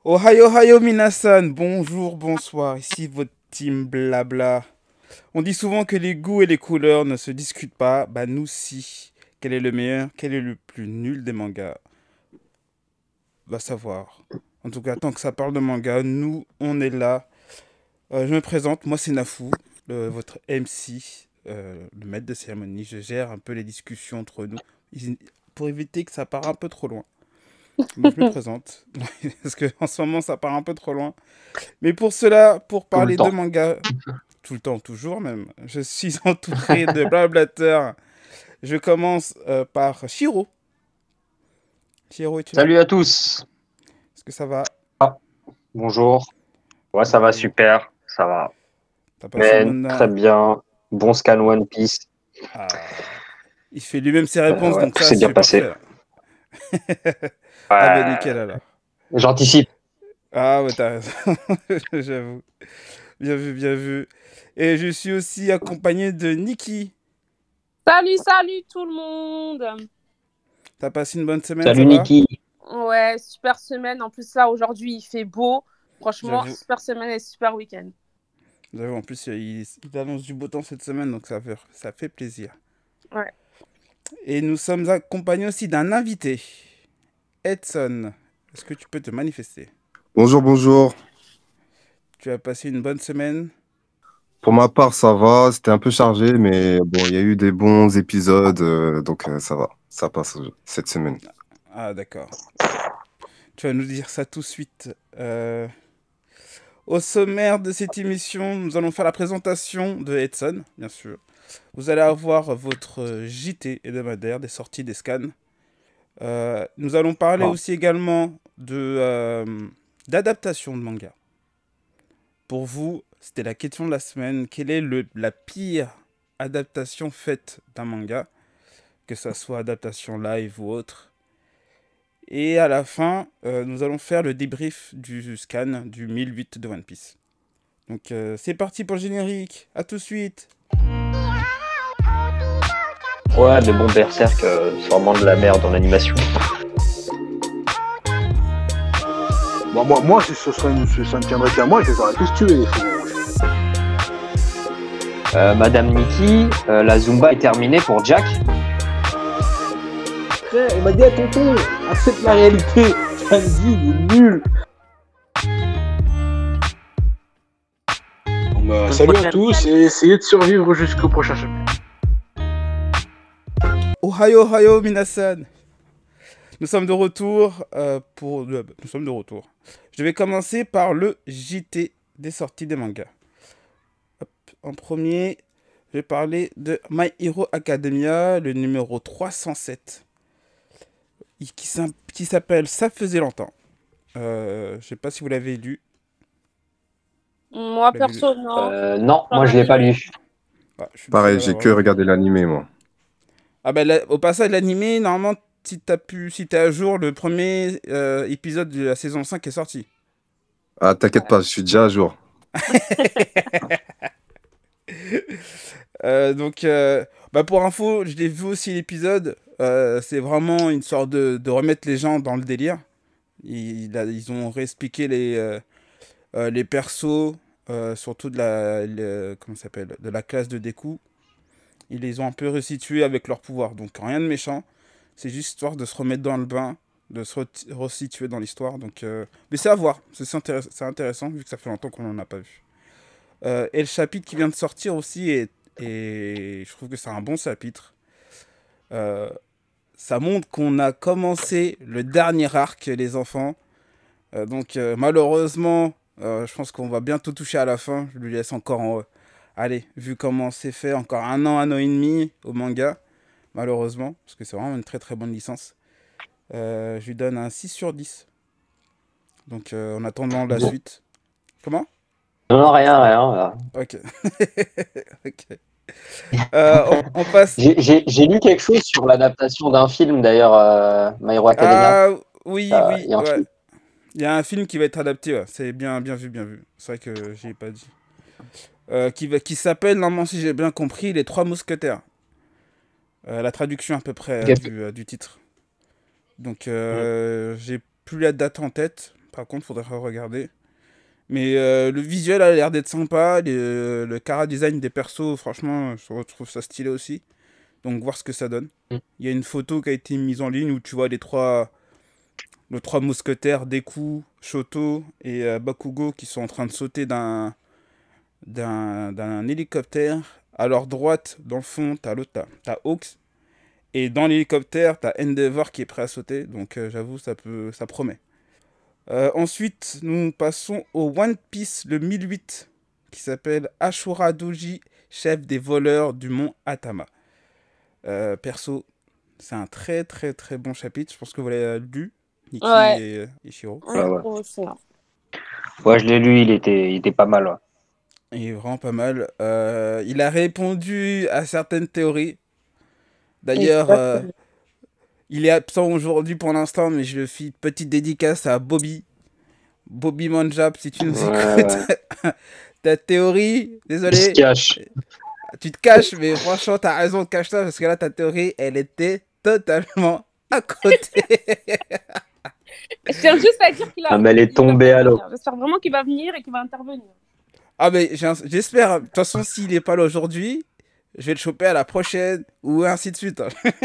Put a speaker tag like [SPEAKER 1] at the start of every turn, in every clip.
[SPEAKER 1] Ohayo, ohayo, minasan, bonjour, bonsoir, ici votre team blabla. On dit souvent que les goûts et les couleurs ne se discutent pas, bah nous si. Quel est le meilleur, quel est le plus nul des mangas? Va savoir. En tout cas, tant que ça parle de manga, nous, on est là. Je me présente, moi c'est Nafou, votre MC, le maître de cérémonie. Je gère un peu les discussions entre nous, pour éviter que ça parte un peu trop loin. Donc je me présente, parce que en ce moment ça part un peu trop loin. Mais pour cela, pour
[SPEAKER 2] Tout le
[SPEAKER 1] parler de
[SPEAKER 2] temps.
[SPEAKER 1] manga, tout le temps, toujours même, je suis entouré de blablateurs. Je commence par Shiro. Shiro, es-tu là?
[SPEAKER 2] Salut à tous.
[SPEAKER 1] Est-ce que ça va?
[SPEAKER 2] Ah, bonjour. Ouais, ça va
[SPEAKER 1] Bonjour.
[SPEAKER 2] super. Ça va.
[SPEAKER 1] T'as passé une
[SPEAKER 2] Mais
[SPEAKER 1] bonne...
[SPEAKER 2] très bien. Bon scan One Piece.
[SPEAKER 1] Ah, il fait lui-même ses réponses,
[SPEAKER 2] Ouais,
[SPEAKER 1] donc
[SPEAKER 2] tout
[SPEAKER 1] ça,
[SPEAKER 2] s'est bien
[SPEAKER 1] c'est
[SPEAKER 2] passé.
[SPEAKER 1] parfait. Ah bah nickel
[SPEAKER 2] Ouais.
[SPEAKER 1] alors.
[SPEAKER 2] J'anticipe.
[SPEAKER 1] Ah ouais, t'as raison. J'avoue. Bien vu, bien vu. Et je suis aussi accompagné de Nikki.
[SPEAKER 3] Salut, salut tout le monde.
[SPEAKER 1] T'as passé une bonne semaine, ça
[SPEAKER 2] Salut
[SPEAKER 1] va?
[SPEAKER 2] Niki.
[SPEAKER 3] Ouais, super semaine. En plus, là, aujourd'hui, il fait beau. Franchement,
[SPEAKER 1] J'avoue.
[SPEAKER 3] super semaine et super week-end.
[SPEAKER 1] J'avoue, en plus, il annonce du beau temps cette semaine, donc ça fait plaisir.
[SPEAKER 3] Ouais.
[SPEAKER 1] Et nous sommes accompagnés aussi d'un invité, Edson. Est-ce que tu peux te manifester?
[SPEAKER 4] Bonjour, bonjour.
[SPEAKER 1] Tu as passé une bonne semaine?
[SPEAKER 4] Pour ma part, ça va. C'était un peu chargé, mais bon, il y a eu des bons épisodes, donc ça va. Ça passe cette semaine.
[SPEAKER 1] Ah, d'accord. Tu vas nous dire ça tout de suite. Au sommaire de cette émission, nous allons faire la présentation de Edson, bien sûr. Vous allez avoir votre JT hebdomadaire des sorties des scans. Nous allons parler
[SPEAKER 2] Oh.
[SPEAKER 1] aussi également d'adaptation de manga. Pour vous, c'était la question de la semaine. Quelle est la pire adaptation faite d'un manga? Que ça soit adaptation live ou autre. Et à la fin, nous allons faire le débrief du scan du 1008 de One Piece. Donc c'est parti pour le générique. À tout de suite.
[SPEAKER 2] Ouais, mais bon, Berserk, c'est vraiment de la merde en animation.
[SPEAKER 5] Bon, moi si ça ne tiendrait qu'à moi, je les aurais tous tués.
[SPEAKER 2] Madame Niki, la Zumba est terminée pour Jack.
[SPEAKER 5] Frère, il m'a dit à tonton, accepte la réalité. Samedi, il est nul. Bon, bah, salut à tous et essayez de survivre jusqu'au prochain chapitre.
[SPEAKER 1] Ohayo, ohayo, minasan. Nous sommes de retour Nous sommes de retour. Je vais commencer par le JT des sorties des mangas. Hop, en premier, je vais parler de My Hero Academia, le numéro 307, qui s'appelle Ça faisait longtemps. Je sais pas si vous l'avez lu.
[SPEAKER 3] Moi,
[SPEAKER 1] Vous l'avez lu?
[SPEAKER 3] perso, non.
[SPEAKER 2] Non, moi je l'ai pas lu.
[SPEAKER 1] Ah, je suis le seul
[SPEAKER 4] Pareil,
[SPEAKER 1] à
[SPEAKER 4] j'ai
[SPEAKER 1] l'avoir
[SPEAKER 4] que
[SPEAKER 1] lu.
[SPEAKER 4] regardé l'animé, moi.
[SPEAKER 1] Ah bah au passage, l'animé, normalement, si t'es à jour, le premier épisode de la saison 5 est sorti.
[SPEAKER 4] Ah, t'inquiète pas, je suis déjà à jour.
[SPEAKER 1] Bah pour info, je l'ai vu aussi l'épisode. C'est vraiment une sorte de remettre les gens dans le délire. Ils ont réexpliqué les persos, surtout comment ça s'appelle, de la classe de Deku. Ils les ont un peu resitués avec leur pouvoir. Donc rien de méchant. C'est juste histoire de se remettre dans le bain, de se resituer dans l'histoire. Mais c'est à voir. C'est intéressant vu que ça fait longtemps qu'on n'en a pas vu. Et le chapitre qui vient de sortir aussi et je trouve que c'est un bon chapitre. Ça montre qu'on a commencé le dernier arc, les enfants. Malheureusement, je pense qu'on va bientôt toucher à la fin. Je lui laisse encore... allez, vu comment c'est fait, encore un an et demi au manga. Malheureusement, parce que c'est vraiment une très très bonne licence. Je lui donne un 6 sur 10. Donc en attendant la suite. Comment?
[SPEAKER 2] Non, rien.
[SPEAKER 1] Ok. Ok. On passe.
[SPEAKER 2] J'ai lu quelque chose sur l'adaptation d'un film d'ailleurs, My Hero Academia.
[SPEAKER 1] Ah oui,
[SPEAKER 2] Il
[SPEAKER 1] oui,
[SPEAKER 2] y a un
[SPEAKER 1] ouais.
[SPEAKER 2] film.
[SPEAKER 1] Il y a un film qui va être adapté, ouais. C'est bien, bien vu, bien vu. C'est vrai que j'y ai pas dit. Qui s'appelle, normalement, si j'ai bien compris, Les Trois Mousquetaires. La traduction à peu près du titre. Donc, j'ai plus la date en tête. Par contre, faudrait regarder. Mais le visuel a l'air d'être sympa. Le chara design des persos, franchement, je trouve ça stylé aussi. Donc, voir ce que ça donne. Il y a une photo qui a été mise en ligne où tu vois les trois mousquetaires, Deku, Shoto et Bakugo qui sont en train de sauter d'un hélicoptère. À leur droite, dans le fond, t'as Hawks. Et dans l'hélicoptère, t'as Endeavor qui est prêt à sauter. Donc j'avoue, ça promet. Ensuite, nous passons au One Piece, le 1008, qui s'appelle Ashura Doji, chef des voleurs du mont Atama. Perso, c'est un très très très bon chapitre. Je pense que vous l'avez lu, Nikki et Shiro.
[SPEAKER 2] Ah ouais.
[SPEAKER 3] Aussi, hein.
[SPEAKER 2] Ouais, je l'ai lu, il était pas mal. Ouais.
[SPEAKER 1] Il est vraiment pas mal. Il a répondu à certaines théories. D'ailleurs, il est absent aujourd'hui pour l'instant, mais je le fais petite dédicace à Bobby. Bobby Manjap, si tu nous écoutes.
[SPEAKER 2] Ouais.
[SPEAKER 1] Ta théorie,
[SPEAKER 2] Il se
[SPEAKER 1] désolé,
[SPEAKER 2] cache.
[SPEAKER 1] tu te caches, mais franchement, t'as raison de cacher-toi, parce que là, ta théorie, elle était totalement à côté.
[SPEAKER 3] Je tiens juste à dire qu'il a.
[SPEAKER 2] Ah, mais elle est
[SPEAKER 3] il va
[SPEAKER 2] tombée à l'eau.
[SPEAKER 3] venir. J'espère vraiment qu'il va venir et qu'il va intervenir.
[SPEAKER 1] Ah, mais j'espère. De toute façon, s'il n'est pas là aujourd'hui, je vais le choper à la prochaine, ou ainsi de suite.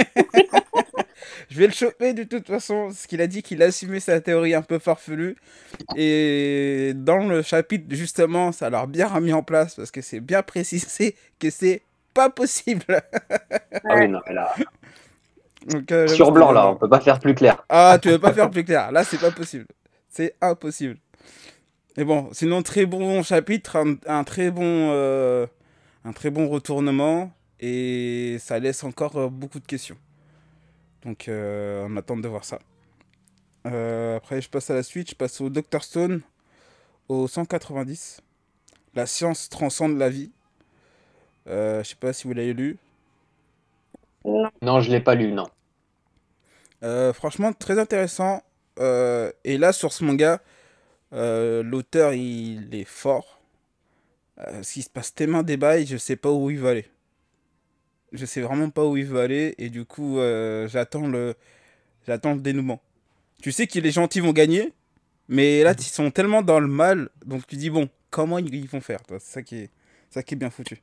[SPEAKER 1] Je vais le choper de toute façon, parce qu'il a dit qu'il assumait sa théorie un peu farfelue. Et dans le chapitre, justement, ça l'a bien remis en place, parce que c'est bien précisé que c'est pas possible.
[SPEAKER 2] Ah oui, non, mais là.
[SPEAKER 1] Donc,
[SPEAKER 2] Sur blanc, là, on peut pas faire plus clair.
[SPEAKER 1] Ah, tu veux pas faire plus clair. Là, c'est pas possible. C'est impossible. Mais bon, sinon, très bon chapitre, un très bon retournement, et ça laisse encore beaucoup de questions. Donc, on attend de voir ça. Après, je passe à la suite. Je passe au Dr Stone, au 190. La science transcende la vie. Je sais pas si vous l'avez lu.
[SPEAKER 2] Non, je l'ai pas lu, non.
[SPEAKER 1] Franchement, très intéressant. Et là, sur ce manga, l'auteur, il est fort. S'il se passe tellement des bails, je sais pas où il va aller. Je sais vraiment pas où il va aller. Et du coup, j'attends le dénouement. Tu sais que les gentils vont gagner, mais là, ils sont tellement dans le mal. Donc, tu dis, bon, comment ils vont faire? C'est ça qui est bien foutu.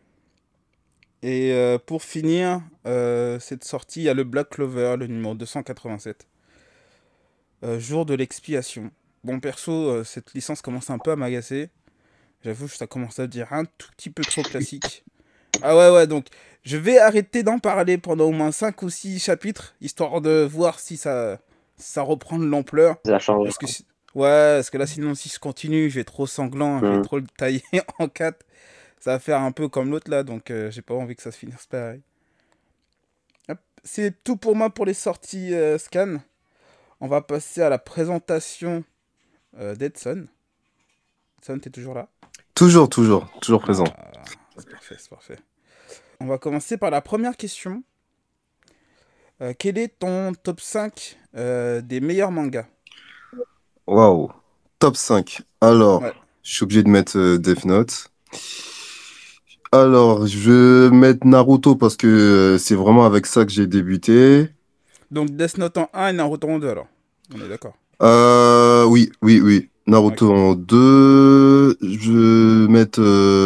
[SPEAKER 1] Et pour finir, cette sortie, il y a le Black Clover, le numéro 287. Jour de l'expiation. Bon, perso, cette licence commence un peu à m'agacer. J'avoue que ça commence à devenir un tout petit peu trop classique. Ah ouais, donc je vais arrêter d'en parler pendant au moins 5 ou 6 chapitres, histoire de voir si ça reprend de l'ampleur.
[SPEAKER 2] Ça change.
[SPEAKER 1] Parce que là, sinon, si je continue, je vais être trop sanglant, je vais trop le tailler en 4. Ça va faire un peu comme l'autre là, donc j'ai pas envie que ça se finisse pareil. Hop. C'est tout pour moi pour les sorties scan. On va passer à la présentation d'Edson. Edson, t'es toujours là?
[SPEAKER 4] Toujours présent.
[SPEAKER 1] C'est parfait. On va commencer par la première question. Quel est ton top 5 des meilleurs mangas?
[SPEAKER 4] Waouh. Top 5. Alors,
[SPEAKER 1] Ouais.
[SPEAKER 4] je suis obligé de mettre Death Note. Alors, je vais mettre Naruto parce que c'est vraiment avec ça que j'ai débuté.
[SPEAKER 1] Donc Death Note en 1 et Naruto en 2 alors. On est d'accord.
[SPEAKER 4] Oui. Naruto en 2. Je vais mettre...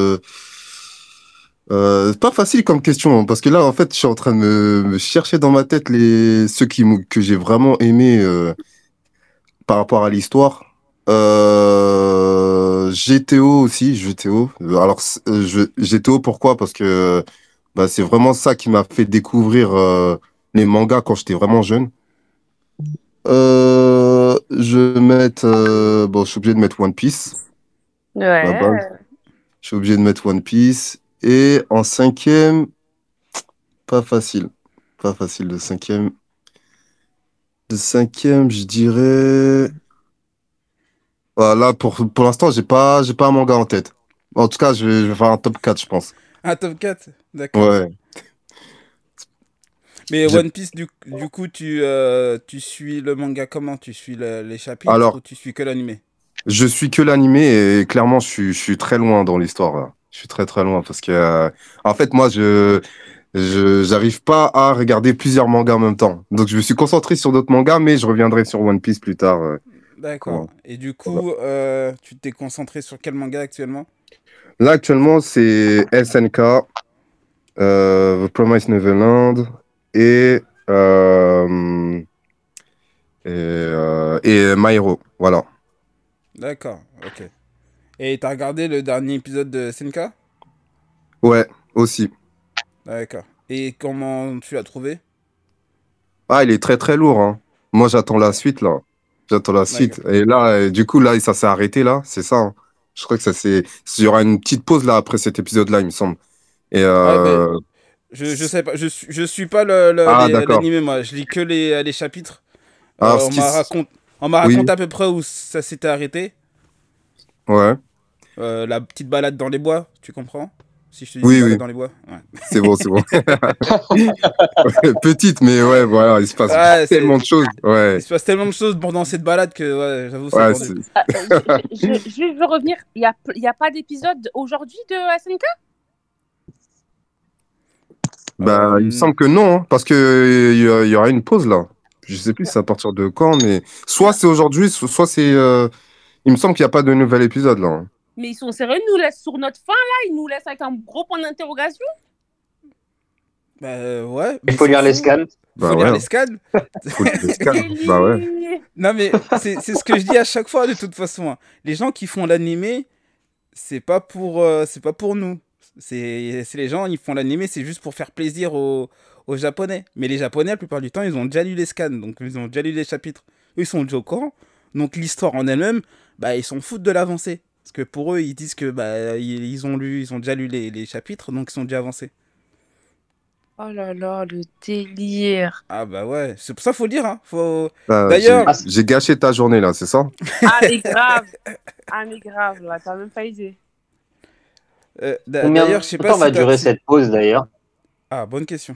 [SPEAKER 4] c'est pas facile comme question, hein, parce que là, en fait, je suis en train de me chercher dans ma tête ceux que j'ai vraiment aimés par rapport à l'histoire. GTO aussi, GTO. Alors, GTO, pourquoi? Parce que c'est vraiment ça qui m'a fait découvrir les mangas quand j'étais vraiment jeune. Je vais mettre... je suis obligé de mettre One Piece.
[SPEAKER 3] Ouais.
[SPEAKER 4] La base. Je suis obligé de mettre One Piece. Et en 5e, pas facile. Pas facile de 5e. De 5e, je dirais... Là, pour l'instant, j'ai pas un manga en tête. En tout cas, je vais faire un top 4, je pense.
[SPEAKER 1] Un top 4? D'accord.
[SPEAKER 4] Ouais.
[SPEAKER 1] Mais One Piece, du coup, tu suis le manga comment? Tu suis les chapitres
[SPEAKER 4] Alors,
[SPEAKER 1] ou tu suis que l'animé?
[SPEAKER 4] Je suis que l'animé et clairement, je suis très loin dans l'histoire, là. Je suis très très loin parce que, en fait, moi, j'arrive pas à regarder plusieurs mangas en même temps. Donc, je me suis concentré sur d'autres mangas, mais je reviendrai sur One Piece plus tard.
[SPEAKER 1] D'accord. Et du coup, tu t'es concentré sur quel manga actuellement?
[SPEAKER 4] Là, actuellement, c'est SNK, The Promised Neverland et, euh, et My Hero. Voilà.
[SPEAKER 1] D'accord, ok. Et t'as regardé le dernier épisode de Senka?
[SPEAKER 4] Ouais, aussi.
[SPEAKER 1] D'accord. Et comment tu l'as trouvé?
[SPEAKER 4] Ah, il est très très lourd, hein. Moi, j'attends la suite, là. J'attends la suite.
[SPEAKER 1] D'accord.
[SPEAKER 4] Et là, du coup, là, ça s'est arrêté, là. C'est ça, hein. Je crois que ça s'est... Il y aura une petite pause, là, après cet épisode-là, il me semble. Et
[SPEAKER 1] Ouais, ben, je sais pas, je suis pas
[SPEAKER 4] Ah, d'accord.
[SPEAKER 1] l'animé, moi. Je lis que les chapitres.
[SPEAKER 4] Alors,
[SPEAKER 1] On m'a
[SPEAKER 4] Oui,
[SPEAKER 1] raconté à peu près où ça s'était arrêté.
[SPEAKER 4] ouais.
[SPEAKER 1] La petite balade dans les bois, tu comprends? Si je te dis une
[SPEAKER 4] Oui,
[SPEAKER 1] balade
[SPEAKER 4] oui.
[SPEAKER 1] dans les bois. Ouais.
[SPEAKER 4] C'est bon, c'est bon. Petite, mais ouais, voilà, il se passe
[SPEAKER 1] Ouais,
[SPEAKER 4] tellement de choses.
[SPEAKER 1] il
[SPEAKER 4] Ouais,
[SPEAKER 1] se passe tellement de choses pendant cette balade que ouais, j'avoue, c'est
[SPEAKER 4] ouais,
[SPEAKER 1] tendu.
[SPEAKER 3] Je veux revenir. Il y a pas d'épisode aujourd'hui de SNK?
[SPEAKER 4] bah, il me semble que non, hein, parce que il y aura une pause là. Je sais plus c'est à partir de quand, mais soit c'est aujourd'hui, soit c'est. Il me semble qu'il n'y a pas de nouvel épisode là, hein.
[SPEAKER 3] Mais ils sont sérieux, ils nous laissent sur notre fin là, ils nous laissent avec un gros point d'interrogation.
[SPEAKER 1] Bah ouais.
[SPEAKER 2] Il
[SPEAKER 1] mais
[SPEAKER 2] faut
[SPEAKER 1] s'en
[SPEAKER 2] lire les
[SPEAKER 1] fout.
[SPEAKER 2] scans.
[SPEAKER 4] Bah
[SPEAKER 1] Faut
[SPEAKER 4] ouais,
[SPEAKER 1] lire
[SPEAKER 4] hein.
[SPEAKER 1] les scans.
[SPEAKER 4] Faut que les scans. Bah ouais.
[SPEAKER 3] Délire.
[SPEAKER 1] Non mais c'est ce que je dis à chaque fois de toute façon, hein. Les gens qui font l'animé, c'est pas pour nous. C'est les gens, ils font l'animé, c'est juste pour faire plaisir aux Japonais. Mais les Japonais, la plupart du temps, ils ont déjà lu les scans, donc ils ont déjà lu les chapitres. Eux, ils sont déjà au courant. Donc l'histoire en elle-même, bah ils s'en foutent de l'avancée. Parce que pour eux, ils disent que bah ils ont déjà lu les chapitres, donc ils sont déjà avancés.
[SPEAKER 3] Oh là là, le délire.
[SPEAKER 1] Ah bah ouais, c'est pour ça qu'il faut le dire, hein.
[SPEAKER 4] Bah,
[SPEAKER 1] D'ailleurs,
[SPEAKER 4] j'ai gâché ta journée là, c'est ça?
[SPEAKER 3] Ah mais grave. Ah mais grave, là, t'as même pas idée.
[SPEAKER 2] Combien
[SPEAKER 1] d'ailleurs,
[SPEAKER 2] de
[SPEAKER 1] je sais
[SPEAKER 2] temps
[SPEAKER 1] pas
[SPEAKER 2] va
[SPEAKER 1] si
[SPEAKER 2] durer cette pause d'ailleurs?
[SPEAKER 1] Ah, bonne question.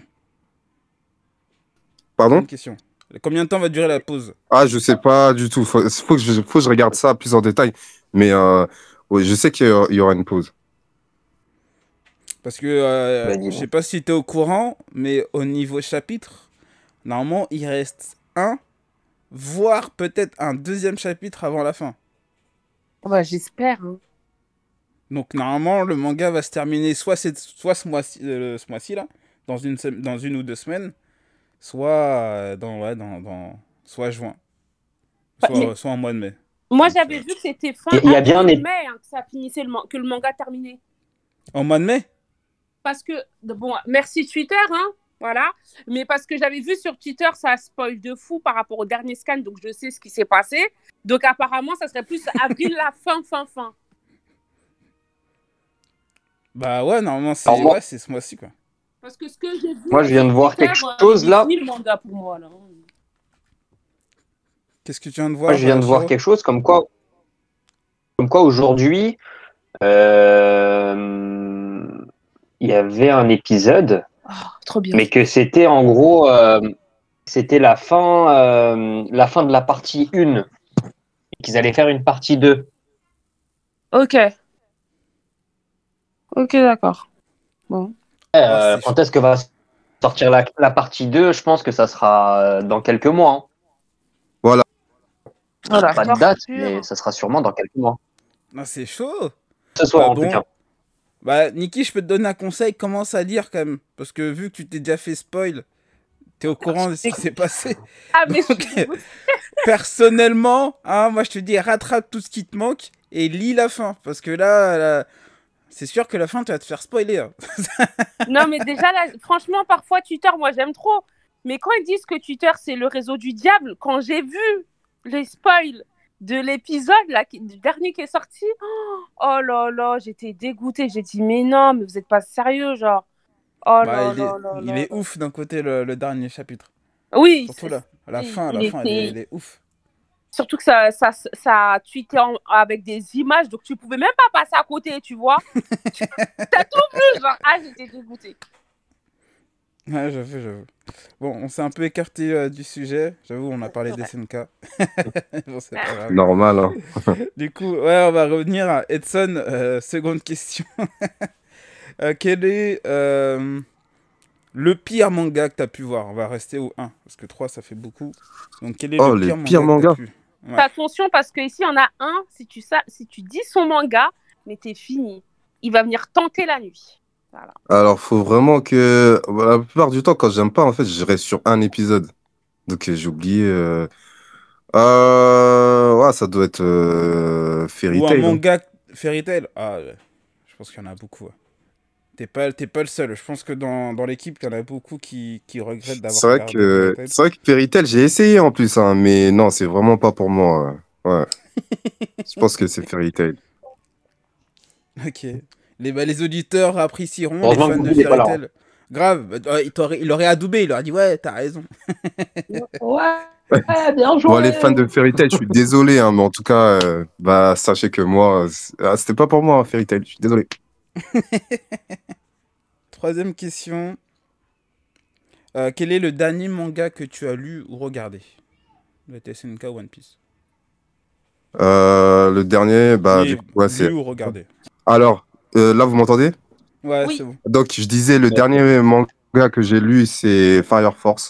[SPEAKER 4] Pardon?
[SPEAKER 1] Bonne question. Combien de temps va durer la pause?
[SPEAKER 4] Ah, je sais pas du tout. Faut que je regarde ça plus en détail. Mais oui, je sais qu'il y aura une pause.
[SPEAKER 1] Parce que
[SPEAKER 2] Bah, dis
[SPEAKER 1] je sais
[SPEAKER 2] donc.
[SPEAKER 1] pas si tu es au courant, mais au niveau chapitre, normalement, il reste un, voire peut-être un deuxième chapitre avant la fin.
[SPEAKER 3] Bah j'espère. Hein.
[SPEAKER 1] Donc normalement, le manga va se terminer soit ce mois-ci là, dans une ou deux semaines, soit soit juin,
[SPEAKER 3] Mais
[SPEAKER 1] soit en mois de mai.
[SPEAKER 3] moi
[SPEAKER 1] Donc,
[SPEAKER 3] j'avais vu que c'était fin
[SPEAKER 2] Il y a bien
[SPEAKER 3] avril,
[SPEAKER 2] des...
[SPEAKER 3] mai hein, que ça finissait que le manga terminait.
[SPEAKER 1] en mois de mai?
[SPEAKER 3] Parce que bon, merci Twitter, hein. Voilà. Mais parce que j'avais vu sur Twitter, ça spoil de fou par rapport au dernier scan, donc je sais ce qui s'est passé. Donc apparemment, ça serait plus avril, la fin.
[SPEAKER 1] Bah ouais, normalement
[SPEAKER 2] Alors, moi,
[SPEAKER 1] c'est ce mois-ci quoi.
[SPEAKER 3] Parce que ce que j'ai vu
[SPEAKER 2] moi, je viens de
[SPEAKER 3] sur
[SPEAKER 2] voir
[SPEAKER 3] Twitter,
[SPEAKER 2] quelque chose
[SPEAKER 3] il est
[SPEAKER 2] là.
[SPEAKER 3] fini le manga pour moi là.
[SPEAKER 1] Qu'est-ce que tu viens de
[SPEAKER 2] Moi,
[SPEAKER 1] voir,
[SPEAKER 2] je viens de voir
[SPEAKER 1] Chiro?
[SPEAKER 2] quelque chose comme quoi aujourd'hui, il y avait un épisode,
[SPEAKER 3] Oh, trop bien.
[SPEAKER 2] mais que c'était en gros, c'était la fin de la partie 1, et qu'ils allaient faire une partie 2.
[SPEAKER 3] Ok. Ok, d'accord. Bon.
[SPEAKER 1] C'est
[SPEAKER 2] Quand est-ce que va sortir la partie 2? Je pense que ça sera dans quelques mois, hein.
[SPEAKER 3] Voilà.
[SPEAKER 2] Pas de date,
[SPEAKER 3] torture.
[SPEAKER 2] mais ça sera sûrement dans quelques mois.
[SPEAKER 1] Ah, c'est chaud.
[SPEAKER 2] Ce soir,
[SPEAKER 1] Bah
[SPEAKER 2] en tout
[SPEAKER 1] bon.
[SPEAKER 2] cas.
[SPEAKER 1] Bah, Niki, je peux te donner un conseil, commence à lire quand même. Parce que vu que tu t'es déjà fait spoil, t'es au courant de ce qui s'est passé.
[SPEAKER 3] Ah, mais je
[SPEAKER 1] Donc,
[SPEAKER 3] suis dégoûtée.
[SPEAKER 1] personnellement, hein, moi je te dis, rattrape tout ce qui te manque et lis la fin. Parce que là, c'est sûr que la fin, tu vas te faire spoiler, hein.
[SPEAKER 3] Non, mais déjà, là, franchement, parfois, Twitter, moi, j'aime trop. Mais quand ils disent que Twitter, c'est le réseau du diable, quand j'ai vu les spoils de l'épisode, là, du dernier qui est sorti, oh là là, j'étais dégoûtée. J'ai dit, mais non, mais vous n'êtes pas sérieux, genre. Oh
[SPEAKER 1] Bah,
[SPEAKER 3] là là là
[SPEAKER 1] il
[SPEAKER 3] là
[SPEAKER 1] est
[SPEAKER 3] là.
[SPEAKER 1] ouf d'un côté, le dernier chapitre.
[SPEAKER 3] Oui,
[SPEAKER 1] Surtout là, à la
[SPEAKER 3] il-
[SPEAKER 1] fin,
[SPEAKER 3] il était-
[SPEAKER 1] elle est ouf.
[SPEAKER 3] surtout que ça a tweeté avec des images, donc tu pouvais même pas passer à côté, tu vois. T'as tout vu, genre. Ah, j'étais dégoûtée.
[SPEAKER 1] Ouais, j'avoue. Bon, on s'est un peu écarté du sujet. J'avoue, on a parlé des SNK. Bon, c'est pas grave.
[SPEAKER 4] Normal, hein.
[SPEAKER 1] Du coup, ouais, on va revenir à Edson. Seconde question. Quel est le pire manga que tu as pu voir? On va rester au 1, parce que 3, ça fait beaucoup. Donc, quel est
[SPEAKER 4] Oh,
[SPEAKER 1] le
[SPEAKER 4] les
[SPEAKER 1] pire
[SPEAKER 4] pires
[SPEAKER 1] manga que
[SPEAKER 4] mangas.
[SPEAKER 1] tu as pu... Ouais.
[SPEAKER 3] Fais attention parce qu'ici, il y en a un, si tu dis son manga, mais t'es fini. Il va venir tenter la nuit. Voilà.
[SPEAKER 4] Alors, faut vraiment que. La plupart du temps, quand j'aime pas, en fait, je reste sur un épisode. Donc, j'ai oublié. Ouais, ça doit être Fairy
[SPEAKER 1] Ou un
[SPEAKER 4] Tail. Hein.
[SPEAKER 1] manga Fairy Tail. Ah, ouais. Je pense qu'il y en a beaucoup. Ouais. T'es pas le seul. Je pense que dans l'équipe, il y en a beaucoup qui regrettent d'avoir regardé Fairy Tail.
[SPEAKER 4] C'est vrai que Fairy Tail, j'ai essayé en plus, hein, mais non, c'est vraiment pas pour moi. Ouais. Je pense que c'est Fairy Tail.
[SPEAKER 1] Ok. Les auditeurs apprécieront, les
[SPEAKER 2] Heureusement
[SPEAKER 1] fans
[SPEAKER 2] que
[SPEAKER 1] de
[SPEAKER 2] Google est pas
[SPEAKER 1] Fairy
[SPEAKER 2] là.
[SPEAKER 1] Tail. Grave, il aurait adoubé, il aurait dit ouais, t'as raison.
[SPEAKER 2] Ouais, bien joué.
[SPEAKER 4] Bon, les fans de Fairy Tail, je suis désolé, hein, mais en tout cas, bah, sachez que moi, c'était pas pour moi, hein, Fairy Tail, je suis désolé.
[SPEAKER 1] Troisième question. Quel est le dernier manga que tu as lu ou regardé? Le SNK ou One Piece.
[SPEAKER 4] Le dernier, bah,
[SPEAKER 1] Oui,
[SPEAKER 4] du coup, ouais, c'est.
[SPEAKER 1] lu ou regardé.
[SPEAKER 4] Alors, là, vous m'entendez?
[SPEAKER 1] Ouais,
[SPEAKER 3] Oui.
[SPEAKER 1] c'est bon.
[SPEAKER 4] Donc, je disais, le dernier manga que j'ai lu, c'est Fire Force.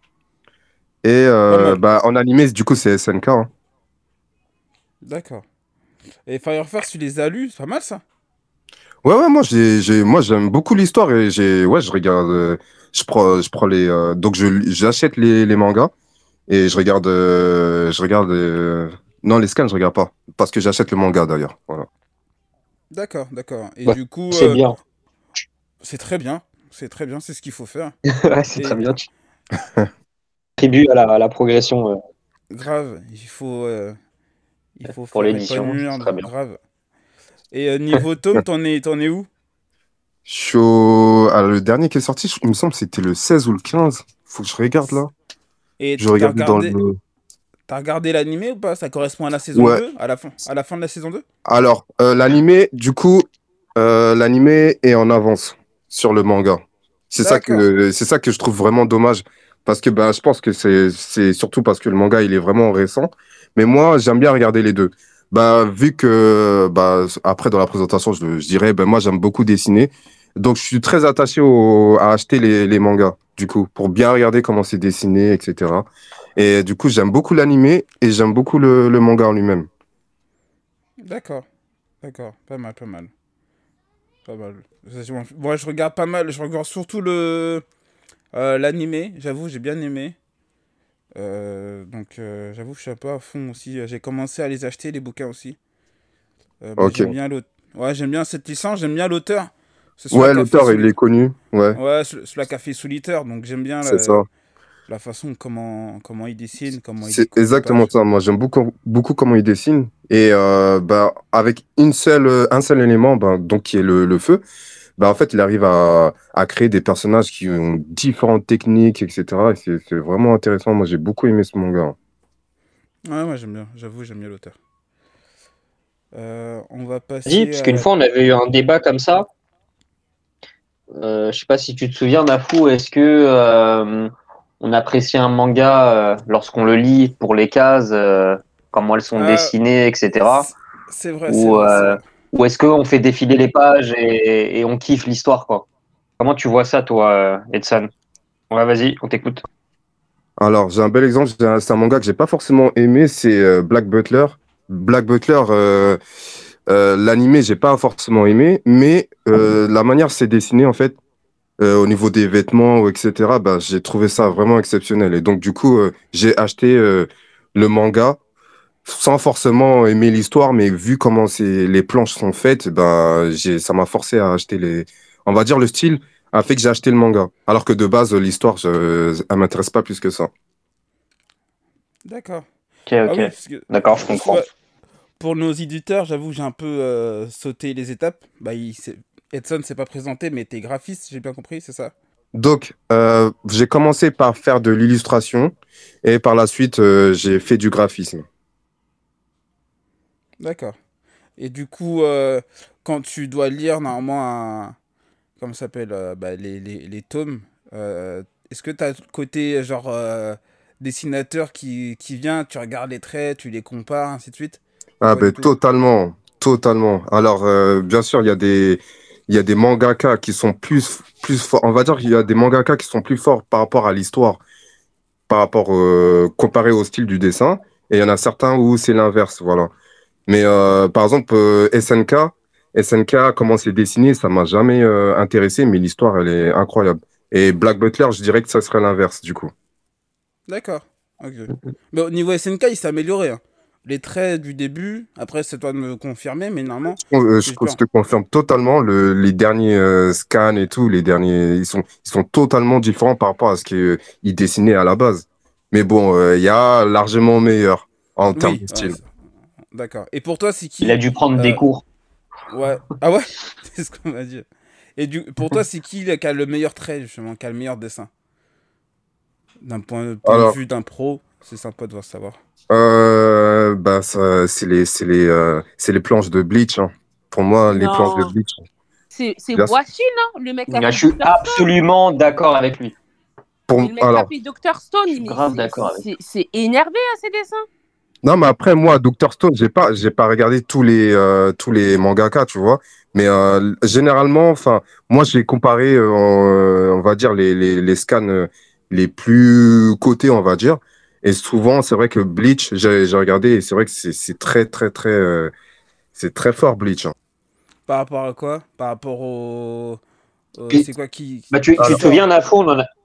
[SPEAKER 4] Et
[SPEAKER 1] Pas mal.
[SPEAKER 4] bah, en animé, du coup, c'est SNK. Hein.
[SPEAKER 1] D'accord. Et Fire Force, tu les as lus? C'est pas mal ça.
[SPEAKER 4] Ouais, moi, moi, j'aime beaucoup l'histoire et ouais, je regarde, je prends donc j'achète les mangas et je regarde, non, les scans, je regarde pas parce que j'achète le manga d'ailleurs. Voilà.
[SPEAKER 1] D'accord, d'accord. Et
[SPEAKER 2] Bah,
[SPEAKER 1] du coup,
[SPEAKER 2] c'est bien.
[SPEAKER 1] c'est très bien. C'est très bien, c'est ce qu'il faut faire.
[SPEAKER 2] Ouais, c'est
[SPEAKER 1] Et
[SPEAKER 2] très bien. Tu contribues à la progression
[SPEAKER 1] grave, il faut
[SPEAKER 2] pour
[SPEAKER 1] faire
[SPEAKER 2] l'émission.
[SPEAKER 1] épanouir,
[SPEAKER 2] C'est très bien.
[SPEAKER 1] grave. Et niveau tome, t'en es où?
[SPEAKER 4] Alors, le dernier qui est sorti, il me semble que c'était le 16 ou le 15. Faut que je regarde là.
[SPEAKER 1] Et
[SPEAKER 4] Je regardais dans le.
[SPEAKER 1] t'as regardé l'animé ou pas? Ça correspond à la saison
[SPEAKER 4] Ouais.
[SPEAKER 1] 2? À la fin de la saison 2?
[SPEAKER 4] Alors, l'animé, du coup, l'animé est en avance sur le manga.
[SPEAKER 1] D'accord.
[SPEAKER 4] C'est ça que je trouve vraiment dommage. Parce que bah, je pense que c'est surtout parce que le manga, il est vraiment récent. Mais moi, j'aime bien regarder les deux. Bah, vu que, bah, après, dans la présentation, je dirais, ben moi, j'aime beaucoup dessiner. Donc, je suis très attaché à acheter les mangas, du coup, pour bien regarder comment c'est dessiné, etc. Et du coup, j'aime beaucoup l'animé et j'aime beaucoup le manga en lui-même.
[SPEAKER 1] D'accord. D'accord. Pas mal, pas mal. Pas mal. Moi, je regarde pas mal. Je regarde surtout l'animé. J'avoue, j'ai bien aimé. Donc, j'avoue, je suis un peu à fond aussi. J'ai commencé à les acheter, les bouquins aussi. Mais
[SPEAKER 4] Ok.
[SPEAKER 1] j'aime bien l'auteur. Ouais, j'aime bien cette licence. J'aime bien l'auteur. C'est celui-là
[SPEAKER 4] Ouais,
[SPEAKER 1] qui a fait
[SPEAKER 4] l'auteur, il est connu. Ouais,
[SPEAKER 1] Ouais, celui-là qui a fait Solitaire. Donc, j'aime bien
[SPEAKER 4] c'est ça.
[SPEAKER 1] la façon comment il dessine, comment il
[SPEAKER 4] C'est
[SPEAKER 1] découpe les
[SPEAKER 4] exactement
[SPEAKER 1] pages.
[SPEAKER 4] ça. Moi, j'aime beaucoup comment il dessine. Et bah, avec un seul élément, bah, donc qui est le feu, bah, en fait, il arrive à créer des personnages qui ont différentes techniques, etc. Et c'est vraiment intéressant. Moi, j'ai beaucoup aimé ce manga. Hein.
[SPEAKER 1] Ouais, moi, j'aime bien. J'avoue, j'aime bien l'auteur. On va
[SPEAKER 2] Vas-y,
[SPEAKER 1] passer
[SPEAKER 2] parce
[SPEAKER 1] à
[SPEAKER 2] qu'une
[SPEAKER 1] la...
[SPEAKER 2] fois, on avait eu un débat comme ça. Je sais pas si tu te souviens, Nafou, est-ce que on apprécie un manga lorsqu'on le lit pour les cases, comment elles sont
[SPEAKER 1] Ah,
[SPEAKER 2] dessinées, etc.
[SPEAKER 1] c'est vrai, c'est
[SPEAKER 2] Ou,
[SPEAKER 1] vrai, c'est
[SPEAKER 2] euh,
[SPEAKER 1] vrai.
[SPEAKER 2] ou est-ce qu'on fait défiler les pages et on kiffe l'histoire, quoi? Comment tu vois ça, toi, Edson? Ouais, vas-y, on t'écoute.
[SPEAKER 4] Alors, j'ai un bel exemple. C'est un manga que j'ai pas forcément aimé. C'est Black Butler. Black Butler, l'animé, j'ai pas forcément aimé. Mais la manière c'est dessiné, en fait, au niveau des vêtements, ou etc., bah, j'ai trouvé ça vraiment exceptionnel. Et donc, du coup, j'ai acheté le manga sans forcément aimer l'histoire, mais vu comment les planches sont faites, bah, ça m'a forcé à acheter on va dire le style a fait que j'ai acheté le manga. Alors que de base, l'histoire, elle m'intéresse pas plus que ça.
[SPEAKER 1] D'accord.
[SPEAKER 2] Ok,
[SPEAKER 1] Ah oui,
[SPEAKER 2] ok.
[SPEAKER 1] parce que
[SPEAKER 2] D'accord, je comprends.
[SPEAKER 1] pour nos éditeurs, j'avoue, j'ai un peu sauté les étapes. Edson s'est pas présenté, mais t'es graphiste, j'ai bien compris, c'est ça?
[SPEAKER 4] Donc, j'ai commencé par faire de l'illustration et par la suite, j'ai fait du graphisme.
[SPEAKER 1] D'accord. Et du coup, quand tu dois lire normalement comment ça s'appelle, les tomes, est-ce que t'as le côté genre dessinateur qui vient, tu regardes les traits, tu les compares, ainsi de suite? Ou
[SPEAKER 4] Ah
[SPEAKER 1] pas
[SPEAKER 4] ben
[SPEAKER 1] du tout?
[SPEAKER 4] totalement, totalement. Alors bien sûr, il y a des mangaka qui sont plus forts. On va dire qu'il y a des mangaka qui sont plus forts par rapport à l'histoire, par rapport comparé au style du dessin. et il y en a certains où c'est l'inverse, voilà. Mais par exemple, SNK, comment c'est dessiné, ça m'a jamais intéressé, mais l'histoire, elle est incroyable. Et Black Butler, je dirais que ça serait l'inverse, du coup.
[SPEAKER 1] D'accord. Ok. Mais au niveau SNK, il s'est amélioré, hein. Les traits du début, après, c'est toi de me confirmer, mais normalement,
[SPEAKER 4] Je
[SPEAKER 1] c'est super.
[SPEAKER 4] te confirme totalement, les derniers scans et tout, les derniers, ils sont totalement différents par rapport à ce qu'ils dessinaient à la base. Mais bon, il y a largement meilleur en termes
[SPEAKER 1] Oui,
[SPEAKER 4] de
[SPEAKER 1] ouais,
[SPEAKER 4] style.
[SPEAKER 1] d'accord. Et pour toi, c'est
[SPEAKER 2] Il a
[SPEAKER 1] qui
[SPEAKER 2] dû prendre des
[SPEAKER 1] euh,
[SPEAKER 2] cours.
[SPEAKER 1] Ouais. Ah ouais? C'est ce qu'on m'a dit. Et pour toi, c'est qui a le meilleur trait, justement, qui a le meilleur dessin? D'un point de
[SPEAKER 4] Alors,
[SPEAKER 1] vue d'un pro, c'est sympa de voir savoir.
[SPEAKER 4] bah, c'est les planches de Bleach, hein. Pour moi, les planches de
[SPEAKER 3] Non,
[SPEAKER 4] Bleach.
[SPEAKER 3] c'est
[SPEAKER 4] Bien sûr.
[SPEAKER 3] Boichi, non? Le mec qui a
[SPEAKER 2] Là,
[SPEAKER 3] fait
[SPEAKER 2] je suis
[SPEAKER 3] Dr. Stone.
[SPEAKER 2] absolument d'accord avec lui.
[SPEAKER 3] Mais le mec qui a
[SPEAKER 4] Alors,
[SPEAKER 3] fait Dr. Stone,
[SPEAKER 2] Je suis
[SPEAKER 3] mais
[SPEAKER 2] grave d'accord avec lui.
[SPEAKER 3] c'est énervé à ses dessins.
[SPEAKER 4] non, mais après, moi, Dr. Stone, j'ai pas regardé tous les mangaka, tu vois. Mais généralement, enfin, moi, j'ai comparé, on va dire, les scans les plus cotés, on va dire. Et souvent, c'est vrai que Bleach, j'ai regardé, et c'est vrai que c'est c'est très fort, Bleach, hein.
[SPEAKER 1] Par rapport à quoi? Par rapport
[SPEAKER 2] Puis,
[SPEAKER 1] c'est quoi qui...
[SPEAKER 2] bah, tu te
[SPEAKER 1] L'histoire.
[SPEAKER 2] souviens, Nafo, on en a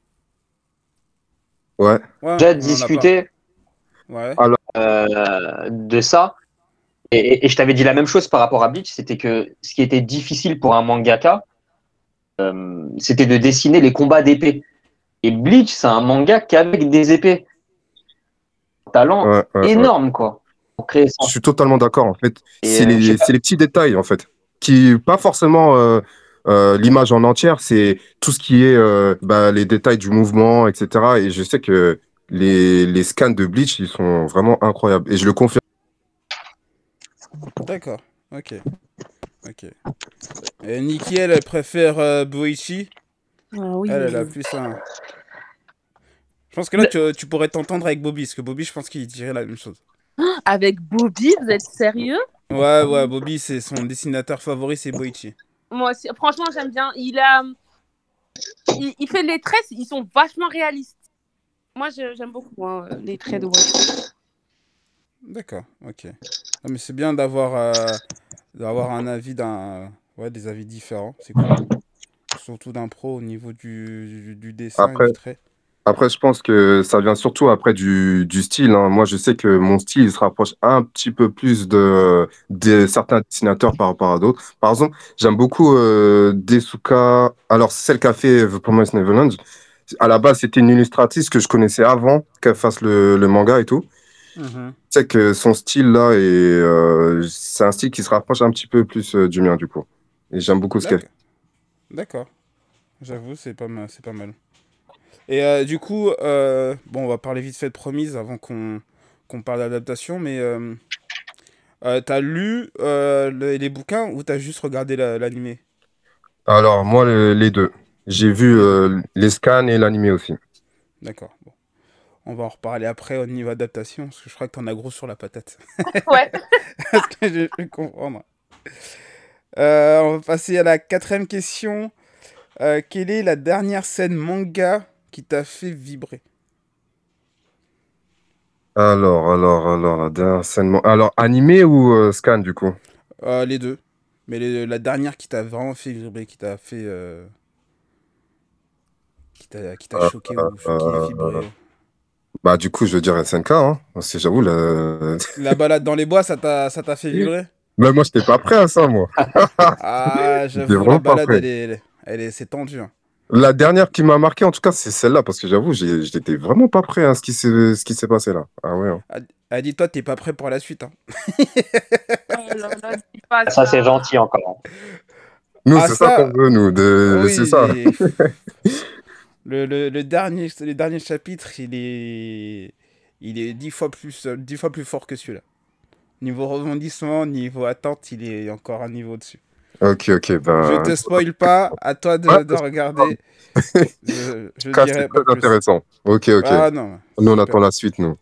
[SPEAKER 4] Ouais.
[SPEAKER 1] Ouais,
[SPEAKER 2] déjà
[SPEAKER 1] on en a pas.
[SPEAKER 2] discuté
[SPEAKER 1] Ouais.
[SPEAKER 4] Alors,
[SPEAKER 2] de ça. Et je t'avais dit la même chose par rapport à Bleach, c'était que ce qui était difficile pour un mangaka, c'était de dessiner les combats d'épée. Et Bleach, c'est un manga qu'avec des épées. Talent
[SPEAKER 4] ouais.
[SPEAKER 2] énorme, quoi, pour créer
[SPEAKER 4] Je
[SPEAKER 2] ça.
[SPEAKER 4] suis totalement d'accord. En fait,
[SPEAKER 2] Et je sais pas.
[SPEAKER 4] c'est les petits détails, en fait, qui, pas forcément l'image en entière, c'est tout ce qui est bah, les détails du mouvement, etc. Et je sais que les scans de Bleach, ils sont vraiment incroyables. Et je le confirme.
[SPEAKER 1] D'accord. Ok. Ok. Et Nikki, elle préfère Boichi.
[SPEAKER 3] Ah oui.
[SPEAKER 1] Elle a plus un... Je pense que là,
[SPEAKER 3] Le-
[SPEAKER 1] tu pourrais t'entendre avec Bobby, parce que Bobby, je pense qu'il dirait la même chose.
[SPEAKER 3] Avec Bobby, vous êtes sérieux?
[SPEAKER 1] Ouais, Bobby, c'est son dessinateur favori, c'est Boichi.
[SPEAKER 3] Moi aussi, franchement, j'aime bien. Il fait les traits, ils sont vachement réalistes. Moi, j'aime beaucoup hein, les traits de Bobby.
[SPEAKER 1] D'accord, ok. Non, mais c'est bien d'avoir un avis ouais, des avis différents, c'est cool. Surtout d'un pro au niveau du dessin et
[SPEAKER 4] Après,
[SPEAKER 1] du trait.
[SPEAKER 4] après, je pense que ça vient surtout après du style, hein. Moi, je sais que mon style, il se rapproche un petit peu plus de certains dessinateurs par rapport à d'autres. Par exemple, j'aime beaucoup Desuka. Alors, celle qui a fait The Promised Neverland, à la base, c'était une illustratrice que je connaissais avant qu'elle fasse le manga et tout.
[SPEAKER 1] Mhm.
[SPEAKER 4] Je sais que son style là, c'est un style qui se rapproche un petit peu plus du mien, du coup. Et j'aime beaucoup ce qu'elle fait.
[SPEAKER 1] D'accord, d'accord. J'avoue, c'est pas mal, c'est pas mal. Et du coup, bon, on va parler vite fait de Promise avant qu'on parle d'adaptation, mais t'as lu les bouquins ou t'as juste regardé l'animé?
[SPEAKER 4] Alors, moi, les deux. J'ai vu
[SPEAKER 1] Les deux.
[SPEAKER 4] les scans et l'animé aussi.
[SPEAKER 1] D'accord. Bon. On va en reparler après au niveau adaptation, parce que je crois que t'en as gros sur la patate.
[SPEAKER 3] Ouais.
[SPEAKER 1] Parce que j'ai pu comprendre. On va passer à la quatrième question. Quelle est la dernière scène manga qui t'a fait vibrer?
[SPEAKER 4] La dernière scène. Alors, animé ou scan, du coup?
[SPEAKER 1] Les deux. Mais la dernière qui t'a vraiment fait vibrer, qui t'a
[SPEAKER 4] Euh,
[SPEAKER 1] choqué ou qui
[SPEAKER 4] euh,
[SPEAKER 1] vibré.
[SPEAKER 4] Bah, du coup, je dirais SNK, hein. Parce que j'avoue,
[SPEAKER 1] La balade dans les bois, ça t'a fait vibrer?
[SPEAKER 4] Même moi, j'étais pas prêt à ça, moi.
[SPEAKER 1] Ah,
[SPEAKER 4] J'étais
[SPEAKER 1] j'avoue, la
[SPEAKER 4] vraiment pas
[SPEAKER 1] balade,
[SPEAKER 4] prêt.
[SPEAKER 1] c'est tendu, hein.
[SPEAKER 4] La dernière qui m'a marqué, en tout cas, c'est celle-là, parce que j'avoue, j'étais vraiment pas prêt à ce qui s'est passé là. Ah ouais, hein.
[SPEAKER 1] Ah, dis-toi, t'es pas prêt pour la suite, hein.
[SPEAKER 3] Oh là là, dis pas
[SPEAKER 2] Ça, c'est
[SPEAKER 3] ça.
[SPEAKER 2] gentil encore.
[SPEAKER 4] Nous,
[SPEAKER 1] Ah,
[SPEAKER 4] c'est ça qu'on
[SPEAKER 1] ça,
[SPEAKER 4] veut, nous. C'est
[SPEAKER 1] oui,
[SPEAKER 4] ça.
[SPEAKER 1] le dernier chapitre, il est 10 fois plus fort que celui-là. Niveau rebondissement, niveau attente, il est encore un niveau au-dessus.
[SPEAKER 4] Ok,
[SPEAKER 1] Je
[SPEAKER 4] ben.
[SPEAKER 1] te spoil pas, à toi
[SPEAKER 4] Ouais,
[SPEAKER 1] de regarder.
[SPEAKER 4] en
[SPEAKER 1] Je
[SPEAKER 4] tout cas, c'est
[SPEAKER 1] dirai pas
[SPEAKER 4] très
[SPEAKER 1] plus.
[SPEAKER 4] intéressant. Ok.
[SPEAKER 1] Ah non,
[SPEAKER 4] Nous, on
[SPEAKER 1] super.
[SPEAKER 4] attend la suite, nous.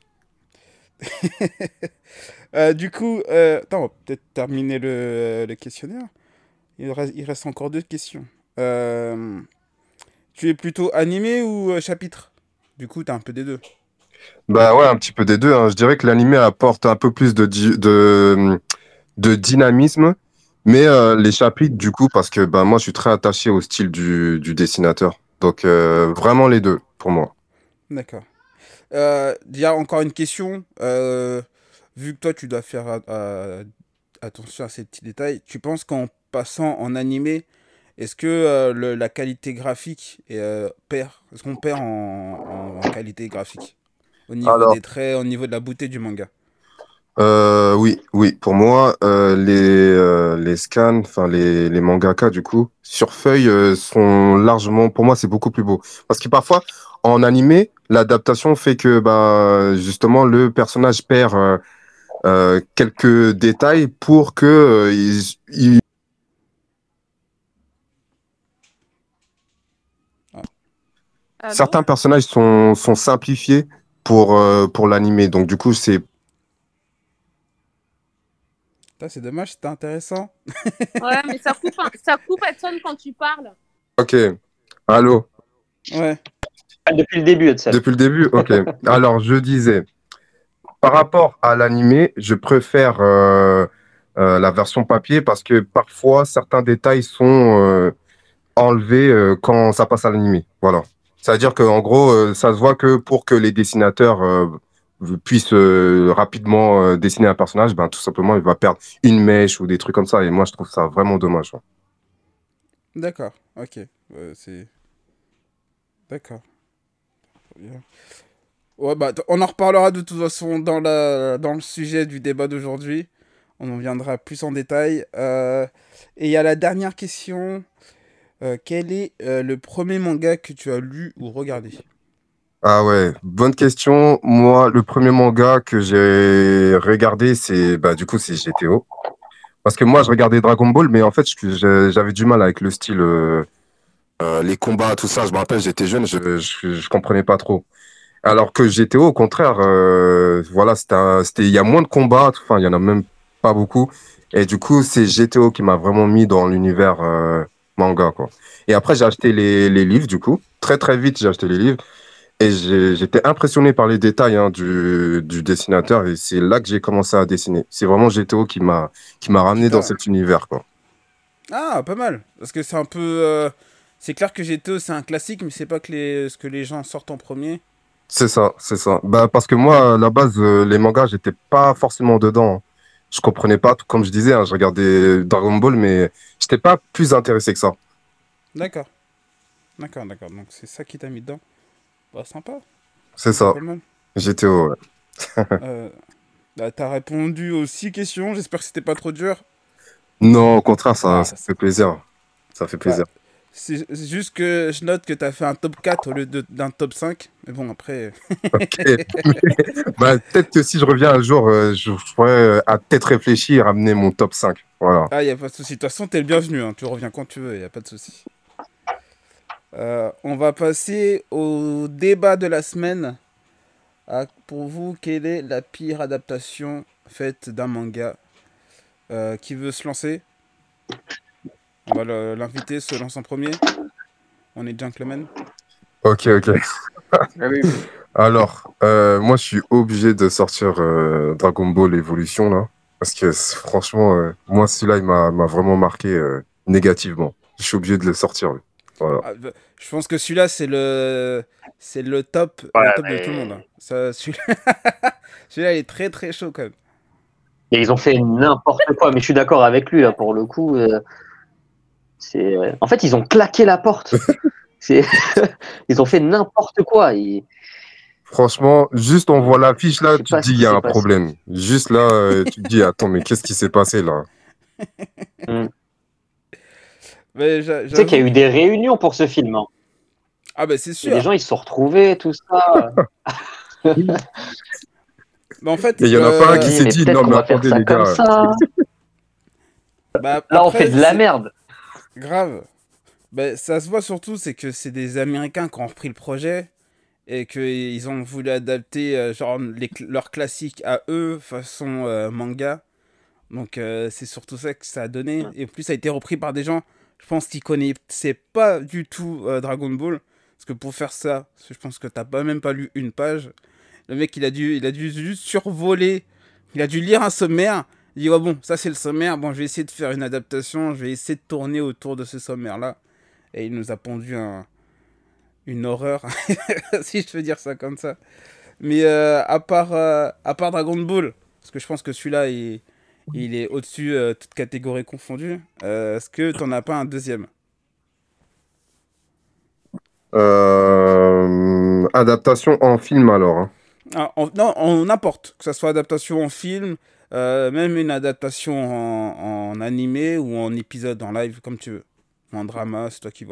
[SPEAKER 1] Du coup, attends, on va peut-être terminer le questionnaire. Il reste encore deux questions. Tu es plutôt animé ou chapitre? Du coup, t'as un peu des deux.
[SPEAKER 4] Bah ouais, un petit peu des deux, hein. Je dirais que l'animé apporte un peu plus de dynamisme, mais les chapitres, du coup, parce que bah, moi, je suis très attaché au style du dessinateur. Donc, vraiment les deux, pour moi.
[SPEAKER 1] D'accord. Il y a encore une question. Vu que toi, tu dois faire attention à ces petits détails, tu penses qu'en passant en animé, est-ce que la qualité graphique perd? Est-ce qu'on perd en qualité graphique? Au niveau
[SPEAKER 4] Alors,
[SPEAKER 1] des traits, au niveau de la beauté du manga?
[SPEAKER 4] oui, oui, pour moi, les scans, enfin les mangaka, du coup, sur feuille, sont largement, pour moi, c'est beaucoup plus beau. Parce que parfois, en animé, l'adaptation fait que, bah, justement, le personnage perd quelques détails pour que
[SPEAKER 3] Allô?
[SPEAKER 4] certains personnages sont simplifiés pour l'animé. Donc, du coup, c'est...
[SPEAKER 1] Putain, c'est dommage, c'était intéressant.
[SPEAKER 3] Ouais, mais ça coupe, Edson, quand tu parles.
[SPEAKER 4] Ok, allô,
[SPEAKER 1] Ouais.
[SPEAKER 2] Depuis le début, Edsel.
[SPEAKER 4] depuis le début, ok. Alors, je disais, par rapport à l'animé, je préfère la version papier parce que parfois, certains détails sont enlevés quand ça passe à l'animé. Voilà. C'est-à-dire qu'en gros, ça se voit que pour que les dessinateurs puissent rapidement dessiner un personnage, ben, tout simplement, il va perdre une mèche ou des trucs comme ça. Et moi, je trouve ça vraiment dommage, hein.
[SPEAKER 1] D'accord, ok. C'est... D'accord. Bien. Ouais, bah, on en reparlera de toute façon dans le sujet du débat d'aujourd'hui. On en viendra plus en détail. Et il y a la dernière question. Quel est le premier manga que tu as lu ou regardé?
[SPEAKER 4] Ah ouais, bonne question. Moi, le premier manga que j'ai regardé, c'est bah du coup c'est GTO. Parce que moi, je regardais Dragon Ball, mais en fait, j'avais du mal avec le style, les combats, tout ça. Je me rappelle, j'étais jeune, je comprenais pas trop. Alors que GTO, au contraire, voilà, il y a moins de combats, enfin, il y en a même pas beaucoup. Et du coup, c'est GTO qui m'a vraiment mis dans l'univers manga, quoi. Et après, j'ai acheté les livres, du coup. Très, très vite, j'ai acheté les livres. Et j'étais impressionné par les détails hein, du dessinateur. Et c'est là que j'ai commencé à dessiner. C'est vraiment GTO qui m'a
[SPEAKER 1] Qui
[SPEAKER 4] ramené dans
[SPEAKER 1] t'a...
[SPEAKER 4] cet univers, quoi.
[SPEAKER 1] Ah, pas mal. Parce que c'est un peu... C'est clair que GTO, c'est un classique, mais c'est pas que ce que les gens sortent en premier.
[SPEAKER 4] C'est ça, c'est ça. Bah, parce que moi, à la base, les mangas, j'étais pas forcément dedans, hein. Je comprenais pas, tout comme je disais, hein, je regardais Dragon Ball, mais j'étais pas plus intéressé que ça.
[SPEAKER 1] D'accord. D'accord, d'accord. Donc c'est ça qui t'a mis dedans. Bah, sympa.
[SPEAKER 4] C'est
[SPEAKER 1] Sympa,
[SPEAKER 4] ça,
[SPEAKER 1] pas mal.
[SPEAKER 4] GTO, ouais.
[SPEAKER 1] Euh, Bah, t'as répondu aux 6 questions. J'espère que c'était pas trop dur.
[SPEAKER 4] Non, au contraire, ça,
[SPEAKER 1] Ah,
[SPEAKER 4] ça fait plaisir. Ça fait
[SPEAKER 1] bah,
[SPEAKER 4] plaisir.
[SPEAKER 1] c'est juste que je note que t'as fait un top 4 au lieu d'un top 5. Mais bon, après...
[SPEAKER 4] Ok. Bah, peut-être que si je reviens un jour, je pourrais à peut-être réfléchir à amener mon top 5. Voilà.
[SPEAKER 1] Ah, y a pas de souci. De toute façon, t'es le bienvenu, hein. Tu reviens quand tu veux, y a pas de souci. On va passer au débat de la semaine. Pour vous, quelle est la pire adaptation faite d'un manga? Qui veut se lancer? On va l'inviter, se lance en premier. On est gentlemen.
[SPEAKER 4] Ok, ok.
[SPEAKER 2] Ah oui.
[SPEAKER 4] Alors, moi, je suis obligé de sortir Dragon Ball Evolution, là. Parce que franchement, moi, celui-là, il m'a vraiment marqué négativement. Je suis obligé de le sortir, lui. Voilà.
[SPEAKER 1] Ah, bah, je pense que celui-là, c'est
[SPEAKER 2] Ouais,
[SPEAKER 1] le top de tout le monde,
[SPEAKER 2] mais
[SPEAKER 1] hein. Celui-là, celui-là, il est très très chaud quand même.
[SPEAKER 2] et ils ont fait n'importe quoi. Mais je suis d'accord avec lui là pour le coup. En fait, ils ont claqué la porte. C'est... Ils ont fait n'importe quoi.
[SPEAKER 4] Franchement, juste on voit l'affiche,
[SPEAKER 2] Je
[SPEAKER 4] là,
[SPEAKER 2] sais
[SPEAKER 4] tu te
[SPEAKER 2] pas ce
[SPEAKER 4] dis, il
[SPEAKER 2] qui
[SPEAKER 4] y a
[SPEAKER 2] s'est
[SPEAKER 4] un
[SPEAKER 2] passé.
[SPEAKER 4] problème. Juste là, tu te dis, attends, mais qu'est-ce qui s'est passé, là?
[SPEAKER 2] Hmm.
[SPEAKER 1] Mais
[SPEAKER 2] Tu sais qu'il y
[SPEAKER 1] j'avoue
[SPEAKER 2] a eu
[SPEAKER 1] que...
[SPEAKER 2] des réunions pour ce film, hein.
[SPEAKER 1] Ah bah c'est
[SPEAKER 2] Et les
[SPEAKER 1] sûr.
[SPEAKER 2] gens, ils se sont retrouvés, tout ça.
[SPEAKER 1] Mais en fait,
[SPEAKER 4] Et il y en a pas un
[SPEAKER 2] Ils
[SPEAKER 4] qui
[SPEAKER 2] disent,
[SPEAKER 4] s'est
[SPEAKER 2] mais
[SPEAKER 4] dit,
[SPEAKER 2] peut-être
[SPEAKER 4] non,
[SPEAKER 2] qu'on
[SPEAKER 4] mais
[SPEAKER 2] va faire
[SPEAKER 4] attendez,
[SPEAKER 2] ça
[SPEAKER 4] les
[SPEAKER 2] comme
[SPEAKER 4] gars.
[SPEAKER 2] ça.
[SPEAKER 1] bah
[SPEAKER 2] Là, on fait
[SPEAKER 1] après,
[SPEAKER 2] de la
[SPEAKER 1] c'est
[SPEAKER 2] merde.
[SPEAKER 1] grave. Bah, ça se voit surtout, c'est que c'est des Américains qui ont repris le projet et qu'ils ont voulu adapter genre leurs classiques à eux façon manga. Donc c'est surtout ça que ça a donné. Et en plus, ça a été repris par des gens, je pense, qui connaissaient pas du tout Dragon Ball. Parce que pour faire ça, je pense que t'as pas même pas lu une page. Le mec, il a dû juste survoler. Il a dû lire un sommaire. Il dit, ouais, bon, ça c'est le sommaire. Bon, je vais essayer de faire une adaptation. Je vais essayer de tourner autour de ce sommaire-là. Et il nous a pondu une horreur, si je peux dire ça comme ça. Mais à part Dragon Ball, parce que je pense que celui-là, il est au-dessus, toute catégorie confondue. Est-ce que t'en as pas un deuxième?
[SPEAKER 4] Adaptation en film alors, hein.
[SPEAKER 1] Non, en n'importe. Que ça soit adaptation en film, même une adaptation en animé ou en épisode, en live, comme tu veux. En drama, c'est toi qui vois.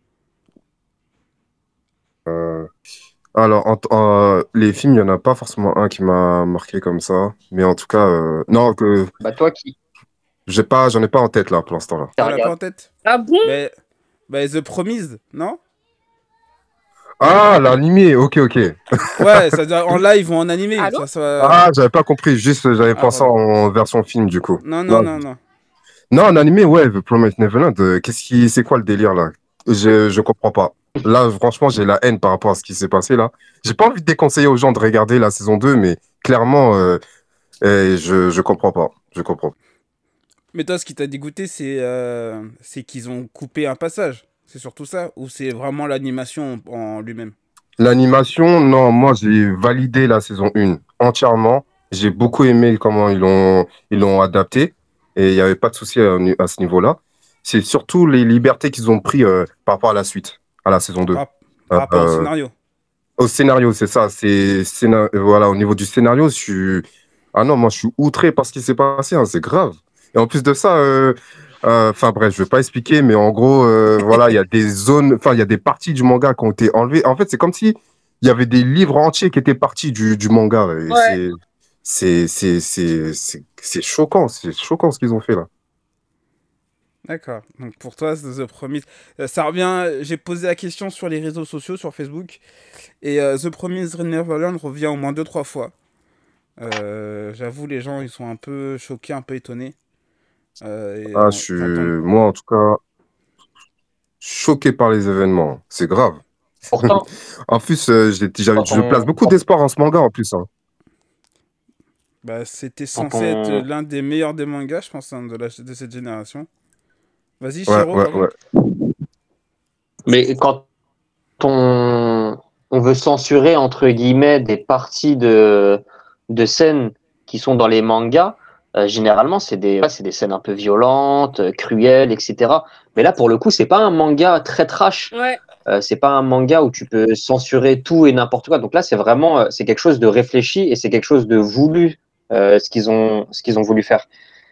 [SPEAKER 4] Euh, Alors, les films, il n'y en a pas forcément un qui m'a marqué comme ça. Mais en tout cas, non, que
[SPEAKER 2] Bah, toi qui
[SPEAKER 4] j'en ai pas en tête là pour l'instant là.
[SPEAKER 1] T'as la pas
[SPEAKER 2] regardes.
[SPEAKER 1] en tête?
[SPEAKER 3] Ah bon?
[SPEAKER 1] Mais The Promised, non?
[SPEAKER 4] Ah, l'animé, ok, ok.
[SPEAKER 1] Ouais, ça doit en live ou en animé.
[SPEAKER 3] Allô?
[SPEAKER 4] Ah, j'avais pas compris, juste j'avais
[SPEAKER 1] Ah,
[SPEAKER 4] pensé
[SPEAKER 1] pardon.
[SPEAKER 4] en version film du coup.
[SPEAKER 1] Non, non, non, non.
[SPEAKER 4] Non, en animé, ouais, The Promised Neverland, c'est quoi le délire là? Je comprends pas. Là, franchement, j'ai la haine par rapport à ce qui s'est passé là. J'ai pas envie de déconseiller aux gens de regarder la saison 2, mais clairement, je comprends pas. Je comprends.
[SPEAKER 1] Mais toi, ce qui t'a dégoûté, c'est qu'ils ont coupé un passage. C'est surtout ça? Ou c'est vraiment l'animation en lui-même?
[SPEAKER 4] L'animation, non, moi j'ai validé la saison 1 entièrement. J'ai beaucoup aimé comment ils l'ont adapté et il n'y avait pas de souci à ce niveau-là. C'est surtout les libertés qu'ils ont pris par rapport à la suite, à la saison 2.
[SPEAKER 1] Par rapport au
[SPEAKER 4] Euh,
[SPEAKER 1] scénario.
[SPEAKER 4] Au scénario, c'est ça. Voilà, au niveau du scénario, ah non, moi je suis outré par ce qui s'est passé, hein, c'est grave. Et en plus de ça, enfin bref, je vais pas expliquer, mais en gros, voilà, il y a des zones, enfin il y a des parties du manga qui ont été enlevées. En fait, c'est comme si il y avait des livres entiers qui étaient partis du manga. Et
[SPEAKER 3] Ouais.
[SPEAKER 4] c'est choquant, c'est choquant ce qu'ils ont fait là.
[SPEAKER 1] D'accord. Donc pour toi, c'est The Promise. Ça revient. J'ai posé la question sur les réseaux sociaux, sur Facebook. Et The Promise Neverland revient au moins 2-3 fois. J'avoue, les gens, ils sont un peu choqués, un peu étonnés.
[SPEAKER 4] Ah,
[SPEAKER 1] J'entends.
[SPEAKER 4] moi en tout cas, choqué par les événements. C'est grave.
[SPEAKER 2] Pourtant,
[SPEAKER 4] En plus,
[SPEAKER 2] quand
[SPEAKER 4] je place
[SPEAKER 2] on,
[SPEAKER 4] beaucoup d'espoir en ce manga en plus, hein.
[SPEAKER 1] Bah, c'était
[SPEAKER 2] quand
[SPEAKER 1] censé être
[SPEAKER 2] on,
[SPEAKER 1] l'un des meilleurs des mangas, je pense, hein, de cette génération. Vas-y,
[SPEAKER 4] Ouais,
[SPEAKER 1] Shiro,
[SPEAKER 4] ouais,
[SPEAKER 1] pardon.
[SPEAKER 4] ouais.
[SPEAKER 2] mais quand on veut censurer, entre guillemets, des parties de scènes qui sont dans les mangas, généralement, c'est des scènes un peu violentes, cruelles, etc. Mais là, pour le coup, c'est pas un manga très trash.
[SPEAKER 3] Ouais.
[SPEAKER 2] C'est pas un manga où tu peux censurer tout et n'importe quoi. Donc là, c'est vraiment, c'est quelque chose de réfléchi et c'est quelque chose de voulu, ce qu'ils ont voulu faire.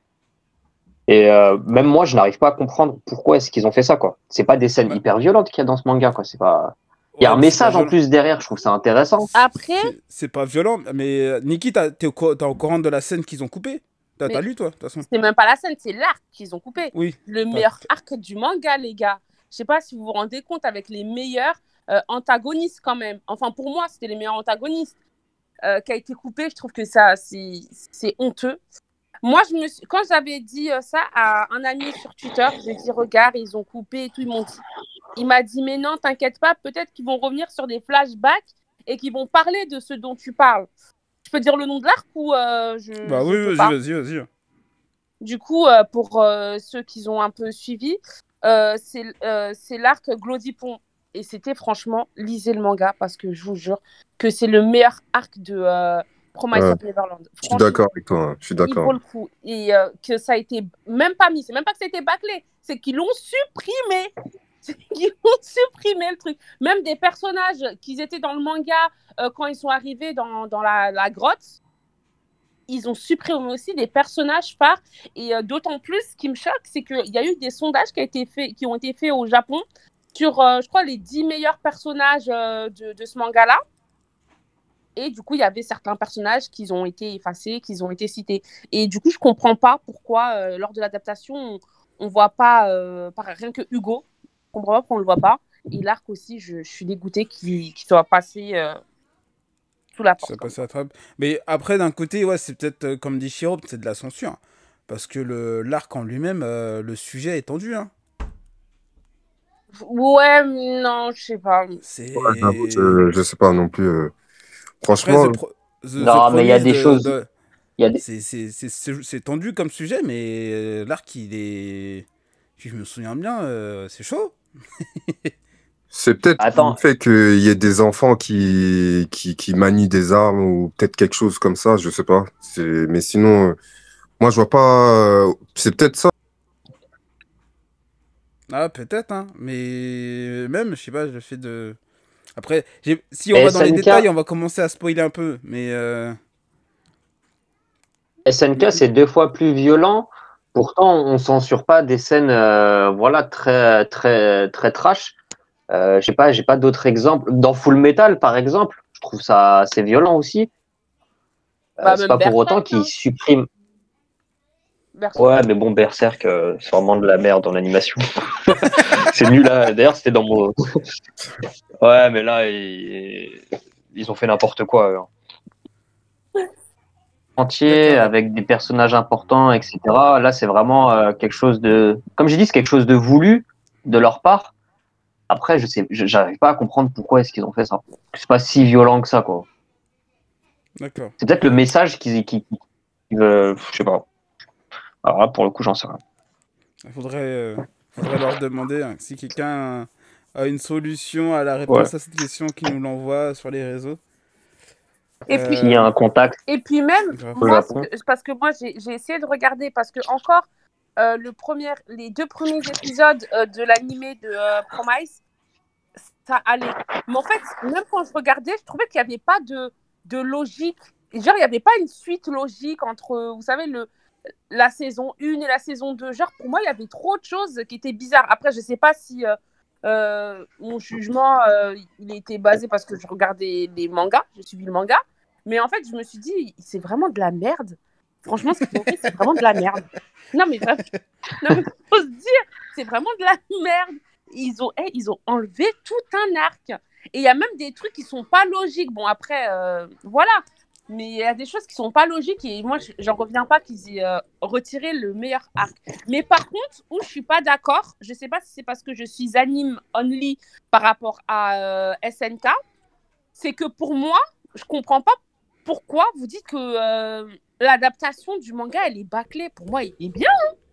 [SPEAKER 2] Et même moi, je n'arrive pas à comprendre pourquoi est-ce qu'ils ont fait ça, quoi. C'est pas des scènes
[SPEAKER 1] Bah,
[SPEAKER 2] hyper violentes qu'il y a dans ce manga, quoi. C'est pas. Il y a
[SPEAKER 1] ouais,
[SPEAKER 2] un
[SPEAKER 1] mais c'est pas
[SPEAKER 2] message en
[SPEAKER 1] violent.
[SPEAKER 2] plus derrière. Je trouve ça intéressant.
[SPEAKER 3] Après,
[SPEAKER 1] C'est pas violent, mais Niki, t'es au courant de la scène qu'ils ont coupée? T'as
[SPEAKER 3] mais
[SPEAKER 1] lu, toi, de toute façon?
[SPEAKER 3] c'est même pas la scène, c'est l'arc qu'ils ont coupé.
[SPEAKER 1] Oui.
[SPEAKER 3] Le
[SPEAKER 1] T'as-
[SPEAKER 3] meilleur arc du manga, les gars. Je sais pas si vous vous rendez compte avec les meilleurs antagonistes quand même. Enfin, pour moi, c'était les meilleurs antagonistes qui a été coupé. Je trouve que ça, c'est honteux. Moi, quand j'avais dit ça à un ami sur Twitter, j'ai dit, regarde, ils ont coupé et tout, il m'a dit, mais non, t'inquiète pas, peut-être qu'ils vont revenir sur des flashbacks et qu'ils vont parler de ce dont tu parles. Je peux dire le nom de l'arc ou
[SPEAKER 1] Bah
[SPEAKER 3] je
[SPEAKER 1] oui,
[SPEAKER 3] peux pas.
[SPEAKER 1] vas-y.
[SPEAKER 3] Du coup, pour ceux qui ont un peu suivi, c'est l'arc Glodipon. Et c'était franchement, lisez le manga parce que je vous jure que c'est le meilleur arc de Promise
[SPEAKER 4] Ouais,
[SPEAKER 3] of Neverland.
[SPEAKER 4] je suis
[SPEAKER 3] Franchement,
[SPEAKER 4] d'accord avec toi, hein, je suis
[SPEAKER 3] il
[SPEAKER 4] d'accord.
[SPEAKER 3] vaut le coup. Et que ça a été même pas mis, c'est même pas que ça a été bâclé, c'est qu'ils l'ont supprimé. Ils ont supprimé le truc. Même des personnages qui étaient dans le manga quand ils sont arrivés dans la grotte, ils ont supprimé aussi des personnages phares. Et d'autant plus, ce qui me choque, c'est qu'il y a eu des sondages qui ont été faits au Japon sur, je crois, les 10 meilleurs personnages de ce manga-là. Et du coup, il y avait certains personnages qui ont été effacés, qui ont été cités. Et du coup, je ne comprends pas pourquoi, lors de l'adaptation, on ne voit pas, rien que Hugo. Je ne comprends pas pourquoi on ne le voit pas. Et l'arc aussi, je suis dégoûtée qu'il soit passé sous la porte.
[SPEAKER 1] Ça passe à la trappe. Mais après, d'un côté, ouais, c'est peut-être, comme dit Shiro, c'est de la censure. Parce que l'arc en lui-même, le sujet est tendu, hein.
[SPEAKER 3] Ouais, non, je sais pas.
[SPEAKER 1] C'est...
[SPEAKER 4] Ouais, j'avoue, je sais pas non plus. Franchement,
[SPEAKER 2] Non, mais il y a des choses. Il y a des...
[SPEAKER 1] C'est tendu comme sujet, mais l'arc, il est. Si je me souviens bien, c'est chaud.
[SPEAKER 4] c'est peut-être
[SPEAKER 2] Attends,
[SPEAKER 4] le fait qu'il y ait des enfants qui manient des armes ou peut-être quelque chose comme ça, je sais pas. Mais sinon, moi, je vois pas. C'est peut-être ça.
[SPEAKER 1] Ah, peut-être, hein. Mais même, je sais pas, le fait de. Après, si on va dans les
[SPEAKER 2] SNK,
[SPEAKER 1] détails, on va commencer à spoiler un peu. Mais.
[SPEAKER 2] SNK, c'est 2 fois plus violent. Pourtant, on censure pas des scènes, voilà, très, très, très trash. J'ai pas d'autres exemples. Dans Full Metal, par exemple, je trouve ça assez violent aussi.
[SPEAKER 3] Bah,
[SPEAKER 2] C'est
[SPEAKER 3] même
[SPEAKER 2] pas pour autant
[SPEAKER 3] Berserk,
[SPEAKER 2] qu'ils
[SPEAKER 3] hein.
[SPEAKER 2] suppriment.
[SPEAKER 3] Berserk.
[SPEAKER 2] Ouais, mais bon, Berserk, c'est vraiment de la merde en animation. C'est nul là. D'ailleurs, c'était dans mon. Ouais, mais là, ils ont fait n'importe quoi. Entier,
[SPEAKER 1] D'accord.
[SPEAKER 2] avec des personnages importants, etc. Là, c'est vraiment quelque chose de. Comme j'ai dit, c'est quelque chose de voulu de leur part. Après, j'arrive pas à comprendre pourquoi est-ce qu'ils ont fait ça. C'est pas si violent que ça, quoi.
[SPEAKER 1] D'accord.
[SPEAKER 2] C'est peut-être le message qu'ils veulent. Je sais pas. Alors là, pour le coup, j'en sais rien.
[SPEAKER 1] Faudrait leur demander hein, si quelqu'un a une solution à la
[SPEAKER 2] Ouais.
[SPEAKER 1] réponse à cette question, qu'il nous l'envoie sur les réseaux.
[SPEAKER 3] Et puis,
[SPEAKER 2] S'il y a un contact
[SPEAKER 3] Et puis même,
[SPEAKER 1] Grave.
[SPEAKER 2] au
[SPEAKER 3] moi,
[SPEAKER 2] Japon.
[SPEAKER 3] parce que moi, j'ai essayé de regarder, parce que encore, les 2 premiers épisodes de l'animé de Promise, ça allait. Mais en fait, même quand je regardais, je trouvais qu'il n'y avait pas de logique. Genre, il n'y avait pas une suite logique entre, vous savez, la saison 1 et la saison 2. Genre, pour moi, il y avait trop de choses qui étaient bizarres. Après, je ne sais pas si mon jugement, il était basé parce que je regardais les mangas, j'ai suivi le manga. Mais en fait, je me suis dit, c'est vraiment de la merde. Franchement, ce qu'ils ont fait, c'est vraiment de la merde. Non, mais vraiment, non, mais faut se dire, c'est vraiment de la merde. Ils ont enlevé tout un arc. Et il y a même des trucs qui sont pas logiques. Bon, après, voilà. Mais il y a des choses qui sont pas logiques et moi, j'en reviens pas qu'ils aient retiré le meilleur arc. Mais par contre, où je suis pas d'accord, je sais pas si c'est parce que je suis anime only par rapport à SNK, c'est que pour moi, je comprends pas pourquoi vous dites que l'adaptation du manga, elle est bâclée. Pour moi, il est bien.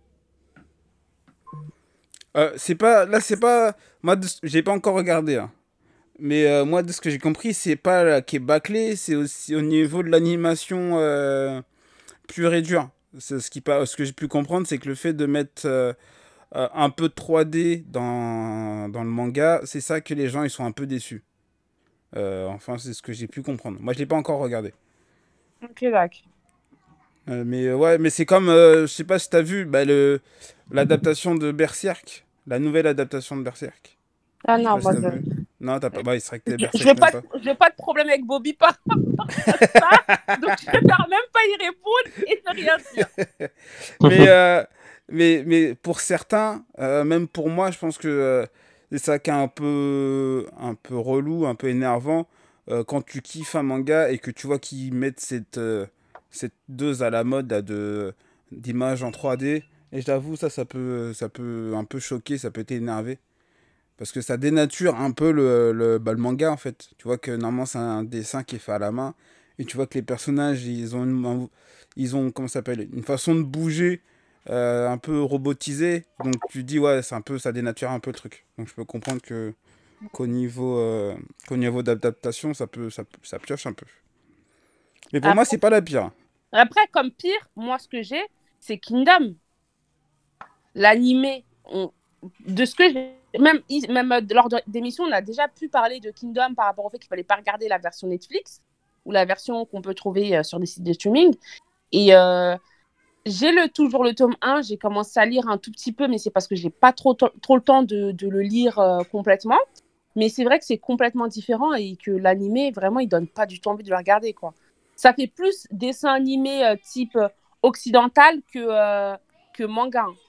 [SPEAKER 1] C'est pas. Là, c'est pas. Moi, j'ai pas encore regardé. Hein. Mais moi, de ce que j'ai compris, c'est pas là qui est bâclé, c'est aussi au niveau de l'animation pure et dure. Ce que j'ai pu comprendre, c'est que le fait de mettre un peu de 3D dans le manga, c'est ça que les gens ils sont un peu déçus. Enfin, c'est ce que j'ai pu comprendre. Moi, je l'ai pas encore regardé.
[SPEAKER 3] Ok, d'accord.
[SPEAKER 1] Ouais, mais c'est comme, je sais pas si t'as vu bah, l'adaptation de Berserk, la nouvelle adaptation de Berserk.
[SPEAKER 3] Ah
[SPEAKER 1] Je sais
[SPEAKER 3] non,
[SPEAKER 1] pas si
[SPEAKER 3] moi,
[SPEAKER 1] t'as vu. Non, t'as pas. Bah, il serait que t'es
[SPEAKER 3] je
[SPEAKER 1] Berserk, même pas.
[SPEAKER 3] j'ai pas de problème avec Bobby par rapport à ça, donc je préfère même pas y répondre et ne rien dire.
[SPEAKER 1] mais, mais pour certains, même pour moi, je pense que c'est ça qui est un peu relou, un peu énervant quand tu kiffes un manga et que tu vois qu'ils mettent cette dose à la mode là, d'images en 3D. Et j'avoue, ça peut un peu choquer, ça peut t'énerver. Parce que ça dénature un peu le manga en fait. Tu vois que normalement c'est un dessin qui est fait à la main. Et tu vois que les personnages, ils ont comment ça s'appelle, une façon de bouger un peu robotisée. Donc tu dis ouais, c'est un peu, ça dénature un peu le truc. Donc je peux comprendre qu'au niveau d'adaptation, ça pioche un peu. Mais pour moi,
[SPEAKER 3] Après,
[SPEAKER 1] c'est pas la pire.
[SPEAKER 3] après, comme pire, moi, ce que j'ai, c'est Kingdom. L'animé, de ce que j'ai... Même lors d'émissions, on a déjà pu parler de Kingdom par rapport au fait qu'il fallait pas regarder la version Netflix ou la version qu'on peut trouver sur des sites de streaming. Et j'ai toujours le tome 1, j'ai commencé à lire un tout petit peu, mais c'est parce que j'ai pas trop le temps de le lire complètement. Mais c'est vrai que c'est complètement différent et que l'animé, vraiment, il donne pas du tout envie de le regarder, quoi. Ça fait plus dessin animé type occidental que manga, hein,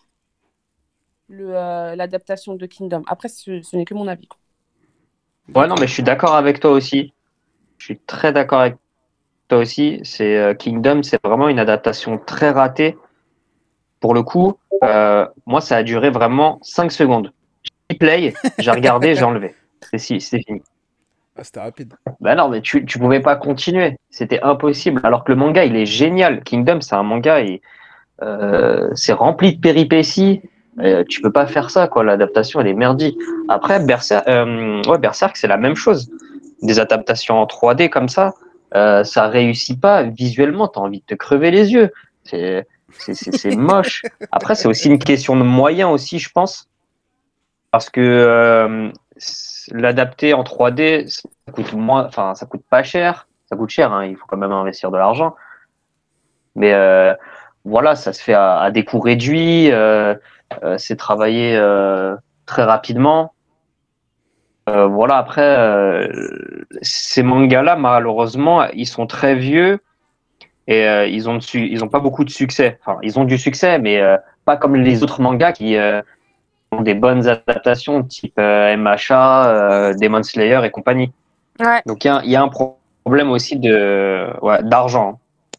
[SPEAKER 3] l'adaptation de Kingdom. Après, ce n'est que mon avis, quoi.
[SPEAKER 2] Ouais, non, mais je suis d'accord avec toi aussi. Je suis très d'accord avec toi aussi. C'est Kingdom, c'est vraiment une adaptation très ratée. Pour le coup, moi, ça a duré vraiment 5 secondes. J'ai play, j'ai regardé, j'ai enlevé. C'est fini.
[SPEAKER 1] Ah, c'était rapide.
[SPEAKER 2] Bah non, mais tu pouvais pas continuer. C'était impossible. Alors que le manga, il est génial. Kingdom, c'est un manga et c'est rempli de péripéties. Tu peux pas faire ça, quoi. L'adaptation, elle est merdique. Après, Berserk, c'est la même chose. Des adaptations en 3D comme ça réussit pas. Visuellement, t'as envie de te crever les yeux. C'est moche. Après, c'est aussi une question de moyens aussi, je pense. Parce que l'adapter en 3D, ça coûte moins, enfin, ça coûte pas cher. Ça coûte cher, hein, il faut quand même investir de l'argent. Mais voilà, ça se fait à des coûts réduits. C'est travaillé très rapidement. Voilà, après, ces mangas-là, malheureusement, ils sont très vieux et ils ont pas beaucoup de succès. Enfin, ils ont du succès, mais pas comme les autres mangas qui ont des bonnes adaptations, type MHA, Demon Slayer et compagnie.
[SPEAKER 3] Ouais.
[SPEAKER 2] Donc il y a un problème aussi d'argent.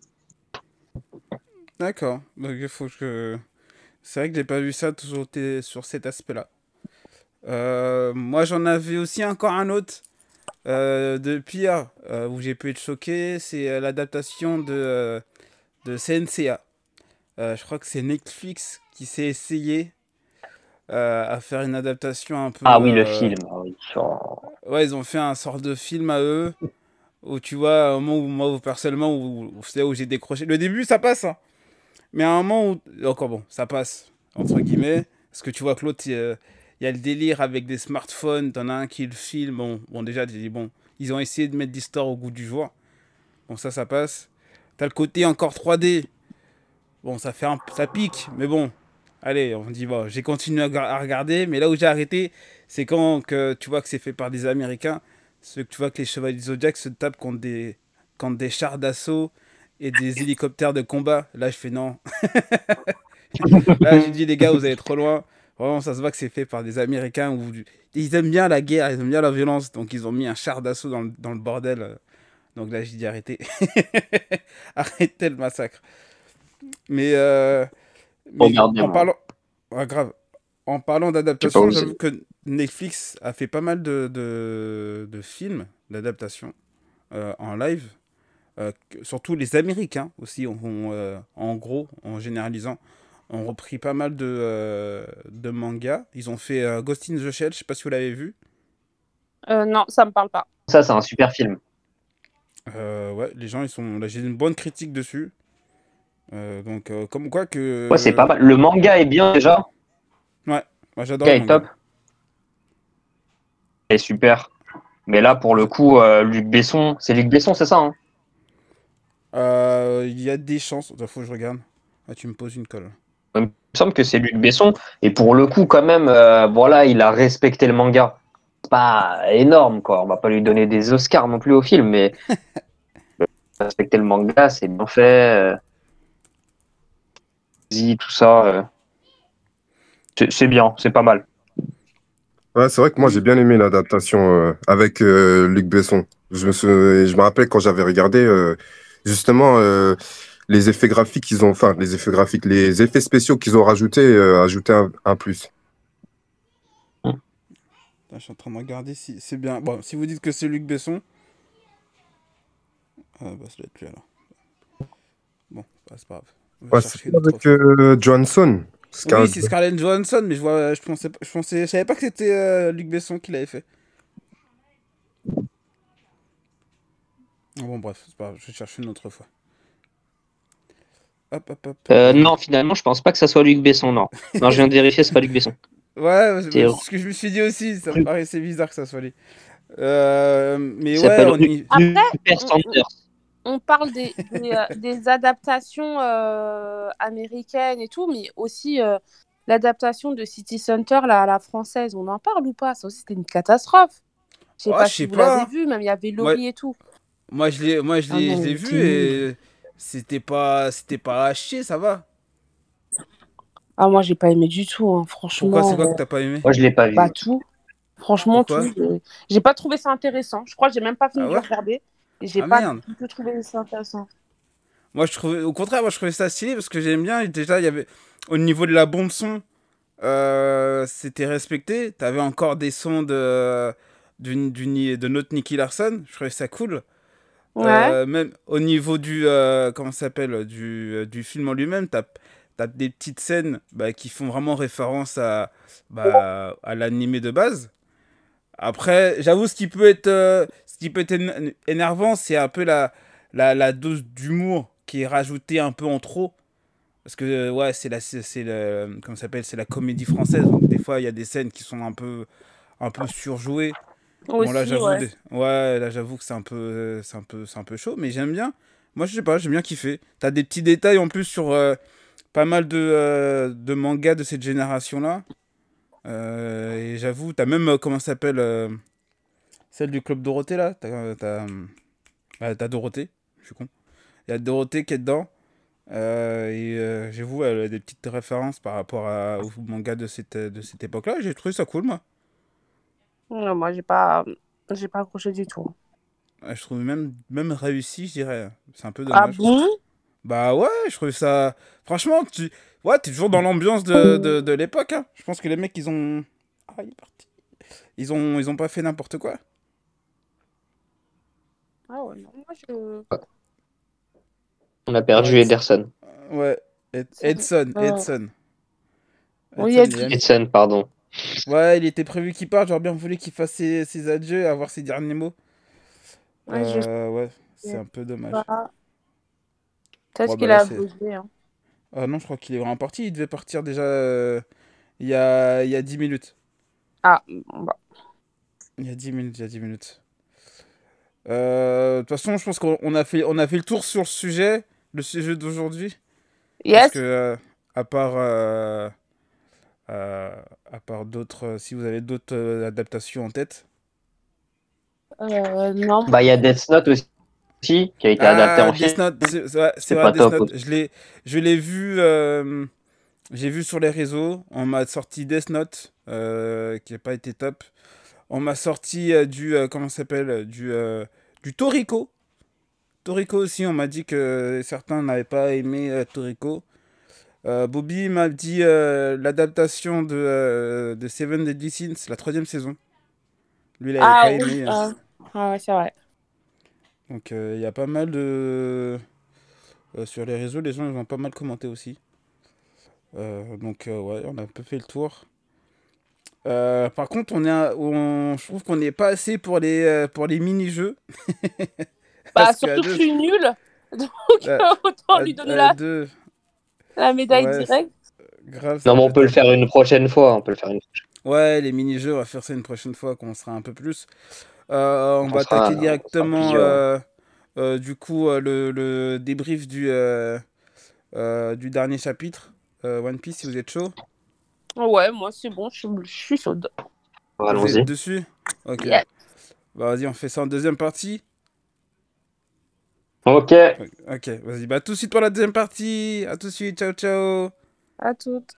[SPEAKER 1] D'accord. Donc il faut que. C'est vrai que j'ai pas vu ça toujours sur cet aspect-là. Moi, j'en avais aussi encore un autre de pire où j'ai pu être choqué. C'est l'adaptation de CNCA. Je crois que c'est Netflix qui s'est essayé à faire une adaptation un peu.
[SPEAKER 2] Ah oui, le film. Ah oui.
[SPEAKER 1] Ouais, ils ont fait un sort de film à eux où tu vois, à un moment où moi, personnellement, où j'ai décroché. Le début, ça passe, hein. Mais à un moment où. Encore bon, ça passe, entre guillemets. Parce que tu vois que l'autre, il y a le délire avec des smartphones. T'en as un qui le filme. Bon déjà, tu dis, bon, ils ont essayé de mettre l'histoire au goût du jour. Bon, ça passe. T'as le côté encore 3D. Bon, ça pique, mais bon. Allez, on dit, bon, j'ai continué à regarder. Mais là où j'ai arrêté, c'est quand que tu vois que c'est fait par des Américains. C'est que tu vois que les Chevaliers du Zodiac se tapent contre des chars d'assaut et des hélicoptères de combat. Là, je fais non. Là, j'ai dit, les gars, vous allez trop loin. Vraiment, ça se voit que c'est fait par des Américains. Ils aiment bien la guerre, ils aiment bien la violence. Donc, ils ont mis un char d'assaut dans le bordel. Donc là, j'ai dit, arrêtez. Arrêtez le massacre. Mais, en
[SPEAKER 2] Regardez-moi.
[SPEAKER 1] parlant... Ouais, grave. En parlant
[SPEAKER 2] J'ai pas
[SPEAKER 1] d'adaptation,
[SPEAKER 2] osé.
[SPEAKER 1] j'avoue que Netflix a fait pas mal de films d'adaptation en live. Surtout les Américains aussi, en gros, en généralisant, ont repris pas mal de mangas. Ils ont fait Ghost in the Shell, je sais pas si vous l'avez vu.
[SPEAKER 3] Non, ça me parle pas.
[SPEAKER 2] Ça, c'est un super film.
[SPEAKER 1] Ouais, les gens, ils sont. Là, j'ai une bonne critique dessus. Donc, comme quoi
[SPEAKER 2] Ouais, c'est
[SPEAKER 1] que.
[SPEAKER 2] pas mal. Le manga est bien déjà.
[SPEAKER 1] Ouais, moi
[SPEAKER 2] Le
[SPEAKER 1] j'adore
[SPEAKER 2] manga
[SPEAKER 1] le
[SPEAKER 2] est
[SPEAKER 1] manga.
[SPEAKER 2] top. Il est super. Mais là, pour le coup, Luc Besson, c'est Luc Besson, c'est ça, hein?
[SPEAKER 1] Il y a des chances. Attends, faut que je regarde. Ah, tu me poses une colle.
[SPEAKER 2] Il me semble que c'est Luc Besson. Et pour le coup, quand même, voilà, il a respecté le manga. C'est pas énorme, quoi. On va pas lui donner des Oscars non plus au film, mais respecter le manga, c'est bien fait. Tout ça, c'est bien, c'est pas mal.
[SPEAKER 4] Ouais, c'est vrai que moi j'ai
[SPEAKER 1] Oui.
[SPEAKER 4] bien aimé l'adaptation avec Luc Besson. Je me rappelle quand j'avais regardé justement les effets graphiques qu'ils ont, enfin les effets graphiques, les effets spéciaux qu'ils ont rajoutés, ajouté un plus.
[SPEAKER 1] Attends, je suis en train de regarder si c'est bien. Bon, si vous dites que c'est Luc Besson. Bah, ça doit être lui alors. Bon, bah, c'est pas grave. On va
[SPEAKER 4] Ouais, c'est
[SPEAKER 1] chercher
[SPEAKER 4] pas
[SPEAKER 1] une autre
[SPEAKER 4] avec
[SPEAKER 1] fois.
[SPEAKER 4] Johansson.
[SPEAKER 1] Oui, c'est Scarlett Johansson, mais je savais pas que c'était Luc Besson qui l'avait fait. Ah bon, bref, c'est pas grave, je vais chercher une autre fois. Hop, hop, hop.
[SPEAKER 2] Non, finalement, je pense pas que ça soit Luc Besson, non. Non, je viens de vérifier, c'est pas Luc Besson.
[SPEAKER 1] Ouais,
[SPEAKER 2] C'est
[SPEAKER 1] c'est ce que je me suis dit aussi, ça me paraissait bizarre que ça soit lui. Mais
[SPEAKER 2] Il
[SPEAKER 1] ouais,
[SPEAKER 2] s'appelle
[SPEAKER 1] on y.
[SPEAKER 3] Après,
[SPEAKER 2] Rupert
[SPEAKER 3] on,
[SPEAKER 2] Sanders.
[SPEAKER 3] on parle des adaptations américaines et tout, mais aussi l'adaptation de City Center, la française. On en parle ou pas? Ça aussi, c'était une catastrophe. Je sais
[SPEAKER 1] Oh,
[SPEAKER 3] pas
[SPEAKER 1] je
[SPEAKER 3] si
[SPEAKER 1] sais
[SPEAKER 3] vous l'avez
[SPEAKER 1] pas.
[SPEAKER 3] vu, même il y avait
[SPEAKER 1] Moi,
[SPEAKER 3] Laurie et tout.
[SPEAKER 1] je
[SPEAKER 3] Ah non,
[SPEAKER 1] l'ai
[SPEAKER 3] il
[SPEAKER 1] vu
[SPEAKER 3] était nul.
[SPEAKER 1] et c'était pas à chier, ça va.
[SPEAKER 3] Ah, moi, j'ai pas aimé du tout, hein.
[SPEAKER 1] Pourquoi, c'est
[SPEAKER 3] Franchement,
[SPEAKER 1] quoi que t'as pas aimé?
[SPEAKER 2] Moi, je l'ai pas
[SPEAKER 3] bah
[SPEAKER 2] vu.
[SPEAKER 3] tout. Franchement, tout.
[SPEAKER 1] Pourquoi?
[SPEAKER 3] J'ai pas trouvé ça intéressant. Je crois que j'ai même pas fini
[SPEAKER 1] Ah
[SPEAKER 3] de le
[SPEAKER 1] ouais?
[SPEAKER 3] regarder. Et j'ai
[SPEAKER 1] Ah
[SPEAKER 3] pas
[SPEAKER 1] merde.
[SPEAKER 3] du tout trouvé ça intéressant.
[SPEAKER 1] Moi, au contraire, moi, je trouvais ça stylé parce que j'aime bien. Et déjà, il y avait, au niveau de la bande son, c'était respecté. T'avais encore des sons de notre Nicky Larson. Je trouvais ça cool.
[SPEAKER 3] Ouais.
[SPEAKER 1] Même au niveau comment ça s'appelle, du film en lui-même, t'as des petites scènes qui font vraiment référence à l'animé de base. Après, j'avoue, ce qui peut être énervant, c'est un peu la dose d'humour qui est rajoutée un peu en trop. Parce que, ouais, comment ça s'appelle, c'est la comédie française. Donc, des fois, il y a des scènes qui sont un peu surjouées. Bon, là,
[SPEAKER 3] Aussi,
[SPEAKER 1] j'avoue,
[SPEAKER 3] ouais.
[SPEAKER 1] ouais, là, j'avoue que c'est un peu chaud, mais j'aime bien. Moi, je sais pas, j'aime bien kiffer. T'as des petits détails en plus sur pas mal de mangas de cette génération-là. Et j'avoue, t'as même, comment ça s'appelle, celle du Club Dorothée, là. T'as Dorothée, je suis con. Il y a Dorothée qui est dedans. J'avoue, elle a des petites références par rapport au manga de cette époque-là. J'ai trouvé ça cool, moi.
[SPEAKER 3] Non, moi, j'ai pas accroché du tout.
[SPEAKER 1] Je trouve même réussi, je dirais. C'est un peu
[SPEAKER 3] Ah
[SPEAKER 1] dommage.
[SPEAKER 3] bon?
[SPEAKER 1] Bah ouais, je trouve ça. Franchement, ouais, t'es toujours dans l'ambiance de l'époque, hein. Je pense que les mecs, ils ont. Ah, il est parti. Ils ont pas fait n'importe quoi.
[SPEAKER 3] Ah ouais, non, moi, je...
[SPEAKER 2] On a
[SPEAKER 1] Ouais,
[SPEAKER 2] perdu Ederson.
[SPEAKER 1] ouais. Edson.
[SPEAKER 3] Oui, il y a
[SPEAKER 1] Edson,
[SPEAKER 3] du...
[SPEAKER 2] Edson, pardon.
[SPEAKER 1] ouais, il était prévu qu'il parte. J'aurais bien voulu qu'il fasse ses adieux, avoir ses derniers mots.
[SPEAKER 3] Ouais, je
[SPEAKER 1] Ouais, c'est
[SPEAKER 3] sais
[SPEAKER 1] un peu dommage.
[SPEAKER 3] pas.
[SPEAKER 1] Bon,
[SPEAKER 3] Peut-être
[SPEAKER 1] bah
[SPEAKER 3] qu'il
[SPEAKER 1] là,
[SPEAKER 3] a
[SPEAKER 1] c'est.
[SPEAKER 3] bougé, hein.
[SPEAKER 1] Ah non, je crois qu'il est vraiment parti. Il devait partir déjà il y a 10 minutes.
[SPEAKER 3] Ah, bon, bah.
[SPEAKER 1] Il y a 10 minutes, il y a 10 minutes. De toute façon, je pense on a fait le tour sur le sujet d'aujourd'hui. Je pense que,
[SPEAKER 3] Yes?
[SPEAKER 1] à part, euh, à part d'autres, si vous avez d'autres adaptations en tête.
[SPEAKER 3] Non.
[SPEAKER 2] Bah, il y a Death Note aussi, qui a été adapté
[SPEAKER 1] Ah,
[SPEAKER 2] en
[SPEAKER 1] Death
[SPEAKER 2] film.
[SPEAKER 1] Note, c'est
[SPEAKER 2] C'est
[SPEAKER 1] vrai,
[SPEAKER 2] pas
[SPEAKER 1] Death
[SPEAKER 2] top
[SPEAKER 1] Note.
[SPEAKER 2] aussi.
[SPEAKER 1] Je l'ai vu, j'ai vu sur les réseaux. On m'a sorti Death Note, qui n'a pas été top. On m'a sorti comment ça s'appelle, du Toriko. Toriko aussi, on m'a dit que certains n'avaient pas aimé Toriko. Bobby m'a dit l'adaptation de Seven Deadly Sins, la troisième saison. Lui, il n'avait
[SPEAKER 3] Ah
[SPEAKER 1] pas
[SPEAKER 3] oui.
[SPEAKER 1] aimé.
[SPEAKER 3] Ah ouais, c'est vrai.
[SPEAKER 1] Donc, il y a pas mal de... sur les réseaux, les gens ils ont pas mal commenté aussi. Donc, ouais, on a un peu fait le tour. Par contre, je trouve qu'on n'est pas assez pour les mini-jeux.
[SPEAKER 3] Bah,
[SPEAKER 1] Parce qu'à
[SPEAKER 3] surtout que je
[SPEAKER 1] deux...
[SPEAKER 3] suis nulle. Donc,
[SPEAKER 1] À,
[SPEAKER 3] autant lui donner
[SPEAKER 1] à deux...
[SPEAKER 3] la médaille
[SPEAKER 1] Ouais,
[SPEAKER 3] directe.
[SPEAKER 1] grave, c'est
[SPEAKER 2] Non,
[SPEAKER 1] un
[SPEAKER 2] mais on
[SPEAKER 1] peu
[SPEAKER 2] peut le
[SPEAKER 1] top.
[SPEAKER 2] faire une prochaine fois. On peut le faire une prochaine
[SPEAKER 1] Ouais, les mini-jeux, on va faire ça une prochaine fois quand on sera un peu plus. On va attaquer
[SPEAKER 2] On sera
[SPEAKER 1] directement,
[SPEAKER 2] plusieurs.
[SPEAKER 1] du coup, le débrief du dernier chapitre. One Piece, si vous êtes chaud.
[SPEAKER 3] Ouais, moi, c'est bon, je suis chaude.
[SPEAKER 1] Vous
[SPEAKER 2] Allons-y.
[SPEAKER 1] êtes dessus? Ok.
[SPEAKER 3] Yes.
[SPEAKER 1] Bah, vas-y, on fait ça en deuxième partie.
[SPEAKER 2] Ok.
[SPEAKER 1] Ok, vas-y. Bah, tout de suite pour la deuxième partie. À tout de suite. Ciao, ciao.
[SPEAKER 3] À toutes.